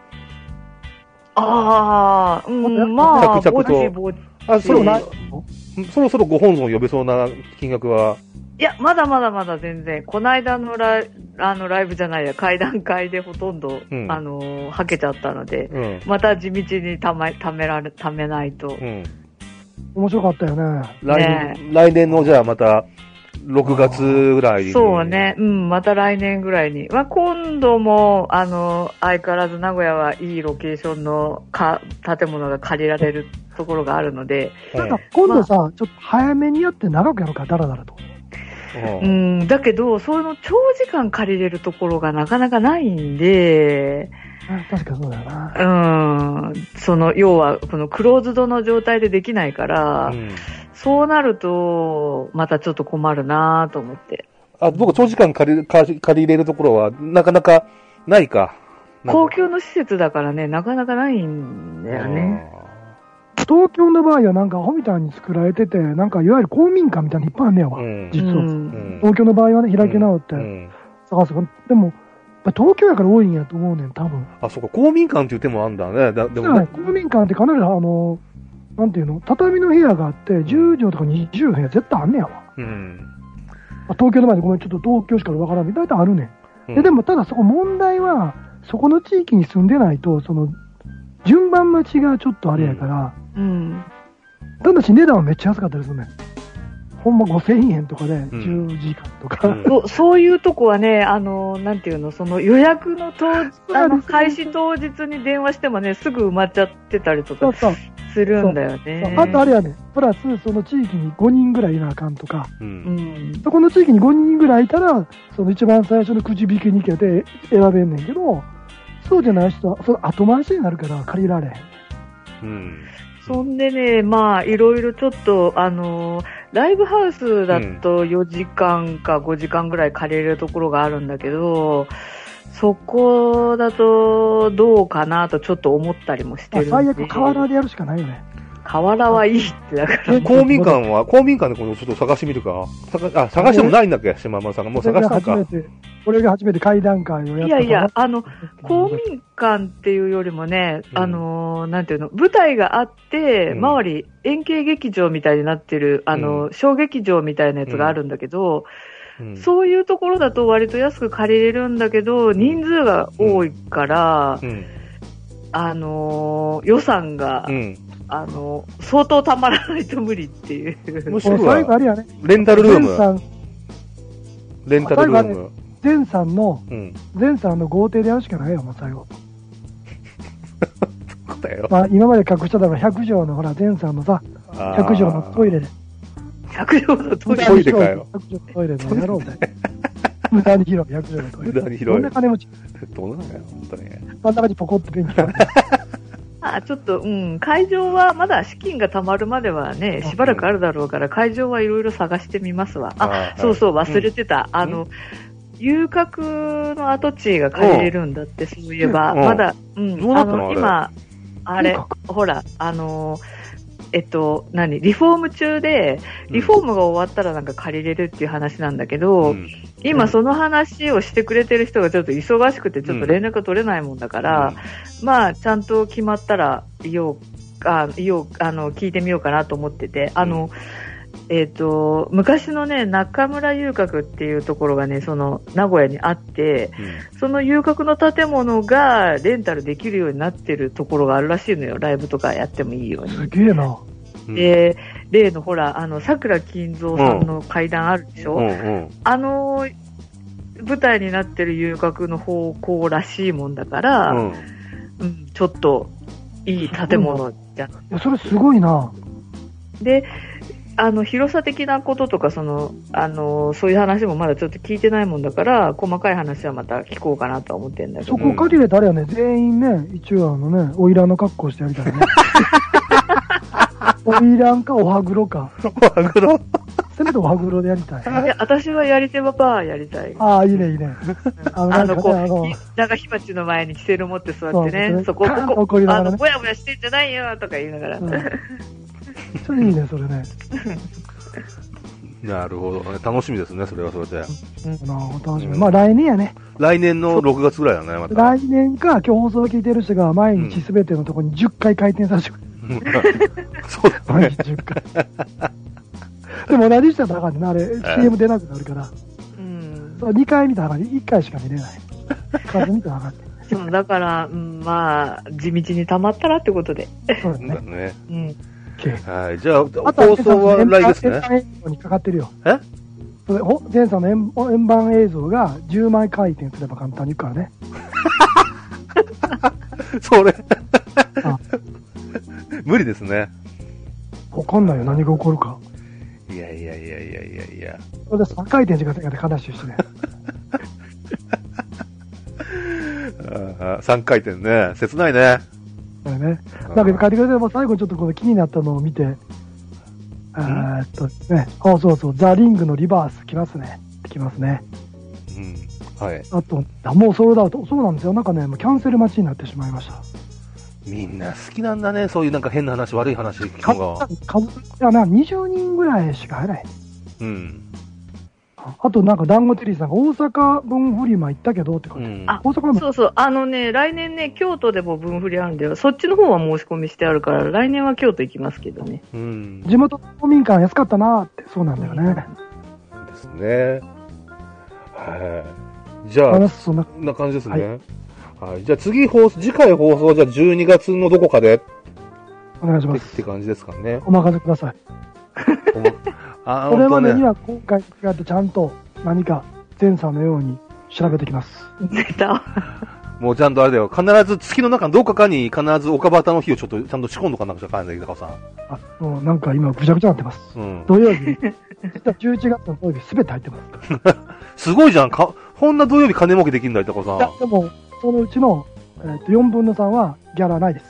[SPEAKER 3] ああ、うん、まあ、
[SPEAKER 2] 着々と。
[SPEAKER 3] ぼちぼち
[SPEAKER 2] あ、そろそろそろご本尊呼べそうな金額は。
[SPEAKER 3] いや、まだまだまだ全然。この間のライあのライブじゃないや、会談会でほとんど、うん、あのー、はけちゃったので、うん、また地道にため、ためられ、ためないと。うん、
[SPEAKER 1] 面白かったよね。
[SPEAKER 2] 来年、ね、来年のじゃあまた、ろくがつぐらいに。
[SPEAKER 3] そうね。うん、また来年ぐらいに。まあ、今度も、あの、相変わらず名古屋はいいロケーションのか建物が借りられるところがあるので。
[SPEAKER 1] なんか、今度さ、まあ、ちょっと早めにやって長くやるから、だらだらと。
[SPEAKER 3] うん、だけど、その長時間借りれるところがなかなかないんで、
[SPEAKER 1] 確かそうだよな。
[SPEAKER 3] うん、その、要は、このクローズドの状態でできないから、うん、そうなると、またちょっと困るなと思って。
[SPEAKER 2] あ、僕、長時間借り、借り、借りれるところは、なかなかないか。
[SPEAKER 3] 公共の施設だからね、なかなかないんだよね。
[SPEAKER 1] 東京の場合はなんかアホみたいに作られてて、なんかいわゆる公民館みたいにいっぱいあんねやわ、うん、実は、うん。東京の場合はね、開き直って探す、うん、でも、東京やから多いんやと思うねん、多分。
[SPEAKER 2] あ、そうか、公民館っていう手もあるんだね。だでもね、
[SPEAKER 1] 公民館ってかなり、あの、なんていうの、畳の部屋があって、じゅうじょうとかにじゅうへんや絶対あんねやわ。うん。まあ、東京の場合でごめん、ちょっと東京しかわからんみたいなあるねん。うん、で, でも、ただそこ問題は、そこの地域に住んでないと、その、順番待ちがちょっとあれやから、うん。うんただし値段はめっちゃ安かったりするね。ほんまごせんえんとかでじゅうじかんとか、
[SPEAKER 3] うんそ。そういうとこはね、あの、なんていうの、その予約の当あの開始当日に電話してもね、すぐ埋まっちゃってたりとかするんだよね。
[SPEAKER 1] あとあれやね、プラスその地域にごにんぐらいいなあかんとか、うん、そこの地域にごにんぐらいいたら、その一番最初のくじ引きに行けて選べんねんけど、そうじゃない人は、その後回しになるから借りられへん。うん
[SPEAKER 3] そんでね、まあ、いろいろちょっと、あのー、ライブハウスだとよじかんかごじかんぐらい借りれるところがあるんだけど、そこだとどうかなとちょっと思ったりもしてるんで。
[SPEAKER 1] 最悪河原でやるしかないよね。
[SPEAKER 3] 河原はいいってだから。
[SPEAKER 2] 公民館は、公民館でこのちょっと探してみるか。あ、探してもないんだっけ、島村さんが。もう探したんか。
[SPEAKER 1] 俺が初めて会談会をやった。
[SPEAKER 3] いやいや、あの、公民館っていうよりもね、うん、あの、なんていうの、舞台があって、うん、周り円形劇場みたいになってる、あの、うん、小劇場みたいなやつがあるんだけど、うん、そういうところだと割と安く借りれるんだけど、人数が多いから、うん、あの、予算が、うんあの、相当たまらないと無理っていう。
[SPEAKER 1] もしくは、あれやね。
[SPEAKER 2] レンタルルーム。レンタルルーム。
[SPEAKER 1] 前さんの、前さんの豪邸でやるしかないよ、もう最後。
[SPEAKER 2] ったよ。
[SPEAKER 1] まあ、今まで隠してたのが百条のほら、前さんのさ、百条のトイレで。
[SPEAKER 3] 百条のトイレ
[SPEAKER 2] トイレかよ。
[SPEAKER 1] 百条のトイレでやろうぜ。無駄に広い、百条のトイレ。
[SPEAKER 2] 無駄に広い。
[SPEAKER 1] どんな金持ち。
[SPEAKER 2] どうなんだよ、本当に。
[SPEAKER 1] 真ん中にポコって便器が。
[SPEAKER 3] あ、ちょっと、うん、会場はまだ資金が貯まるまではね、しばらくあるだろうから、会場はいろいろ探してみますわ。あ、
[SPEAKER 2] あ
[SPEAKER 3] そうそう、忘れてた。うん、あの、遊郭の跡地が借りれるんだって、そういえば。まだ、うん、あの、今、あれ、ほら、あの、えっと、何リフォーム中で、リフォームが終わったらなんか借りれるっていう話なんだけど、うん、今その話をしてくれてる人がちょっと忙しくてちょっと連絡が取れないもんだから、うん、まあちゃんと決まったら言おうか、言おう、あの、聞いてみようかなと思ってて、あの、うん、えっと、昔のね、中村遊郭っていうところがね、その名古屋にあって、うん、その遊郭の建物がレンタルできるようになってるところがあるらしいのよ。ライブとかやってもいいように。
[SPEAKER 1] すげえな。
[SPEAKER 3] で、例のほら、あの、桜金蔵さんの階段あるでしょ、うんうんうん、あの、舞台になってる遊郭の方向らしいもんだから、うんうん、ちょっといい建物じゃん。い
[SPEAKER 1] や、それすごいな。
[SPEAKER 3] で、あの、広さ的なこととか、その、あの、そういう話もまだちょっと聞いてないもんだから、細かい話はまた聞こうかなとは思ってんだけど。
[SPEAKER 1] そこ借りれたらやね、全員ね、一応あのね、花魁の格好してやりたいね。花魁かおはぐろか。
[SPEAKER 2] おはぐろ
[SPEAKER 1] せめておはぐろでやりたい。
[SPEAKER 3] いや、私はやり手ばばやりたい。
[SPEAKER 1] ああ、いいね、いいね。
[SPEAKER 3] あの、あのこう、長火鉢の前にキセル持って座ってね、そこ、ここ、あの、ぼやぼやしてんじゃないよ、とか言いながら。
[SPEAKER 1] それいいね、それね。
[SPEAKER 2] なるほどね。楽しみですね、それはそれで。
[SPEAKER 1] うん、楽しみ。まあ来年やね。
[SPEAKER 2] 来年のろくがつぐらいだね、また。
[SPEAKER 1] 来年か、今日放送を聞いてる人が毎日すべてのところにじゅっかい回転させてくれる。
[SPEAKER 2] そうだね。
[SPEAKER 1] 毎日じゅっかい。でも同じ人は高いね。あれ、シーエム 出なくなるから。うん。そう、にかい見たら高い。いっかいしか見れない。数見たら高い。
[SPEAKER 3] そう、だから、うん、まあ、地道に溜まったらってことで。
[SPEAKER 1] そうですね。
[SPEAKER 2] ね。
[SPEAKER 3] うん。
[SPEAKER 2] はい。じゃあ、放送は来ですね。
[SPEAKER 1] 円盤映像にかかってるよ。
[SPEAKER 2] え
[SPEAKER 1] それ、ほ、前さんの円円盤映像がじゅうまい回転すれば簡単にいくからね。
[SPEAKER 2] それ。無理ですね。
[SPEAKER 1] わかんないよ、何が起こるか。
[SPEAKER 2] いやいやいやいやいやいや。
[SPEAKER 1] それでさんかい転しかせんかって話してね。
[SPEAKER 2] あさんかい転ね。切ないね。
[SPEAKER 1] これね。だけど書いてくれても最後にちょっとこの気になったのを見て、えーっとね、あ、そうそう、ザ・リングのリバース来ますね。来ますね。
[SPEAKER 2] うん。はい。
[SPEAKER 1] あと、もうソールドアウト。そうなんですよ。なんかね、もうキャンセル待ちになってしまいました。
[SPEAKER 2] みんな好きなんだね。そういうなんか変な話、悪い話聞くのが。
[SPEAKER 1] 数、いやな、にじゅうにんぐらいしか入らない。
[SPEAKER 2] うん。
[SPEAKER 1] あとなんか、団子テリーさんが大阪分フリマ行ったけどって感じ。うん、
[SPEAKER 3] あ、大阪そうそう。あのね、来年ね、京都でも分フリあるんだよ。そっちの方は申し込みしてあるから、来年は京都行きますけどね。
[SPEAKER 2] うん。
[SPEAKER 1] 地元の公民館安かったなーって、そうなんだよね。
[SPEAKER 2] ですね。はい。じゃあ、そんな感じですね。はい。はい、じゃあ次放送、次回放送はじゃあじゅうにがつのどこかで
[SPEAKER 1] お願いします。
[SPEAKER 2] って感じですかね。
[SPEAKER 1] お任せください。
[SPEAKER 2] あ
[SPEAKER 1] これまでには今回違ってちゃんと何か前さんのように調べてきます。
[SPEAKER 3] 出た。
[SPEAKER 2] もうちゃんとあれだよ。必ず月の中のどこかに必ず岡端の日をちょっとちゃんと仕込んどかなくちゃかんないけど、高さん。
[SPEAKER 1] あ、もうなんか今ぐちゃぐちゃになってます。うん、土曜日。じゅういちがつの土曜日すべて入ってます。
[SPEAKER 2] すごいじゃん。か、こんな土曜日金儲けできるんだよ、高さん。いや、
[SPEAKER 1] でも、そのうちの、えー、とよんぶんのさんはギャラないです。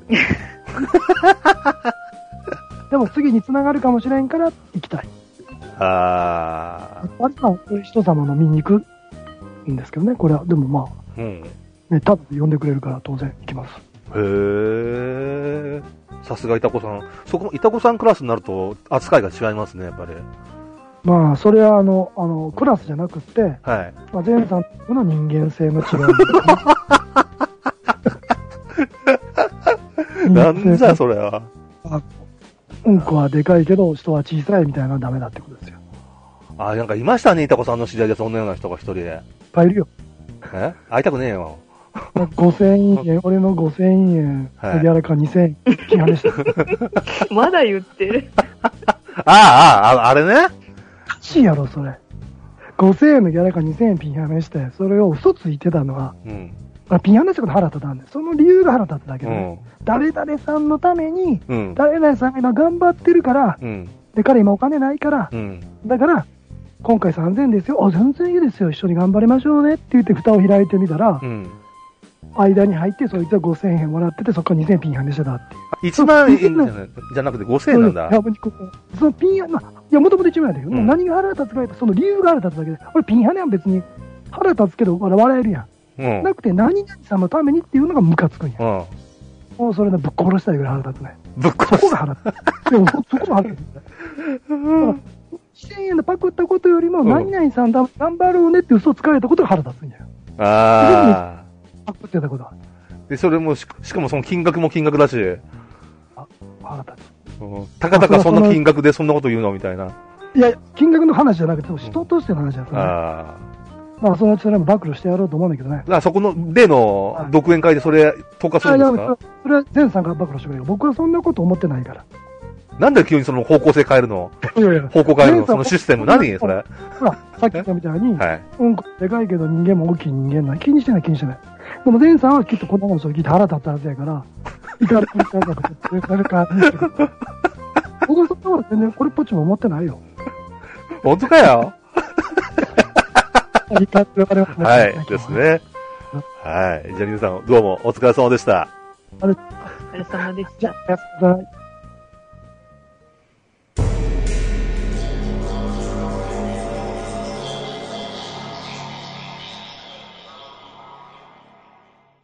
[SPEAKER 1] でも次に繋がるかもしれんから行きたい。
[SPEAKER 2] ああ。
[SPEAKER 1] あれは人様の見に行くんですけどね、これは。でもまあ、うん、ね、ただ呼んでくれるから当然行きます。
[SPEAKER 2] へえ。さすがイタコさん。そこ、イタコさんクラスになると扱いが違いますね、やっぱり。
[SPEAKER 1] まあ、それはあの、あの、クラスじゃなくて、はい。まあ、前さんの人間性の違い。
[SPEAKER 2] なんじゃ、それは。
[SPEAKER 1] あ、うんこはでかいけど、人は小さいみたいなのはダメだってことですよ。
[SPEAKER 2] あ、なんかいましたね、イタコさんの知り合いでそんなような人が一人で。いっ
[SPEAKER 1] ぱいいるよ。
[SPEAKER 2] え会いたくねえよ。
[SPEAKER 1] ごせんえん、俺のごせんえん、はい、ギャラかにせんえん、金派で
[SPEAKER 3] した。まだ言ってる。
[SPEAKER 2] ああ、ああ、あれね。
[SPEAKER 1] おかしいやろ、それ。ごせんえんのギャラかにせんえんピンハメして、それを嘘ついてたのは、うん、 ピンハネしたこと腹立ったんで、その理由が腹立っただけで、ね、うん、誰々さんのために、うん、誰々さんが今頑張ってるから、うん、で、彼今お金ないから、うん、だから、今回さんぜんえんですよ、あ、全然いいですよ、一緒に頑張りましょうねって言って蓋を開いてみたら、うん、間に入って、そいつはごせんえんもらってて、そこからにせんえんピンハネしてたっていう。
[SPEAKER 2] いちまんえんじゃなじゃなくてごせんえんなんだ。
[SPEAKER 1] そのピンハネ、まあ、いや、もともといちまんえんだけど、うん、何が腹立つか言うと、その理由が腹立つだけで、俺ピンハネは別に腹立つけど、笑えるやん。うん、なくて、何々さんのためにっていうのがムカつくんや。うん、もうそれでぶっ殺したいぐらい腹立つね。
[SPEAKER 2] ぶっ殺
[SPEAKER 1] そこが腹立つ。でも、そこが腹立つね。にせんえんでパクったことよりも、何々さんだ、頑張ろうねって嘘をつかれたことが腹立つんや。
[SPEAKER 2] ああ。
[SPEAKER 1] パクってたことは。
[SPEAKER 2] で、それもし、しかもその金額も金額だし。
[SPEAKER 1] あ、腹立つ。
[SPEAKER 2] うん、たかだかそんな金額でそんなこと言うのみたいな。
[SPEAKER 1] いや、金額の話じゃなくて、人としての話だから、ね。ああ。まあ、そのうちそれも暴露してやろうと思うんだけどね。
[SPEAKER 2] あそこの例の独演会でそれ、投下するんですか？
[SPEAKER 1] それは前さんが暴露してくれる。僕はそんなこと思ってないから。
[SPEAKER 2] なんで急にその方向性変えるの？いやいや方向変えるのそのシステム何それ？
[SPEAKER 1] ほら、さっき言ったみたいに、はい、うんこでかいけど人間も大きい人間ない。気にしてない気にしてない。でも前さんはきっとこんな話を聞いて腹立ったはずやから、いかれるか、いかれるか、僕はそんなこと全然これっぽっちも思ってないよ。
[SPEAKER 2] 本当かよ。
[SPEAKER 1] はい、
[SPEAKER 2] ですね。はい。じゃあ皆さん、どうもお疲れ様でした。
[SPEAKER 3] お疲れ様でした。
[SPEAKER 1] じゃあ、おやすみなさい。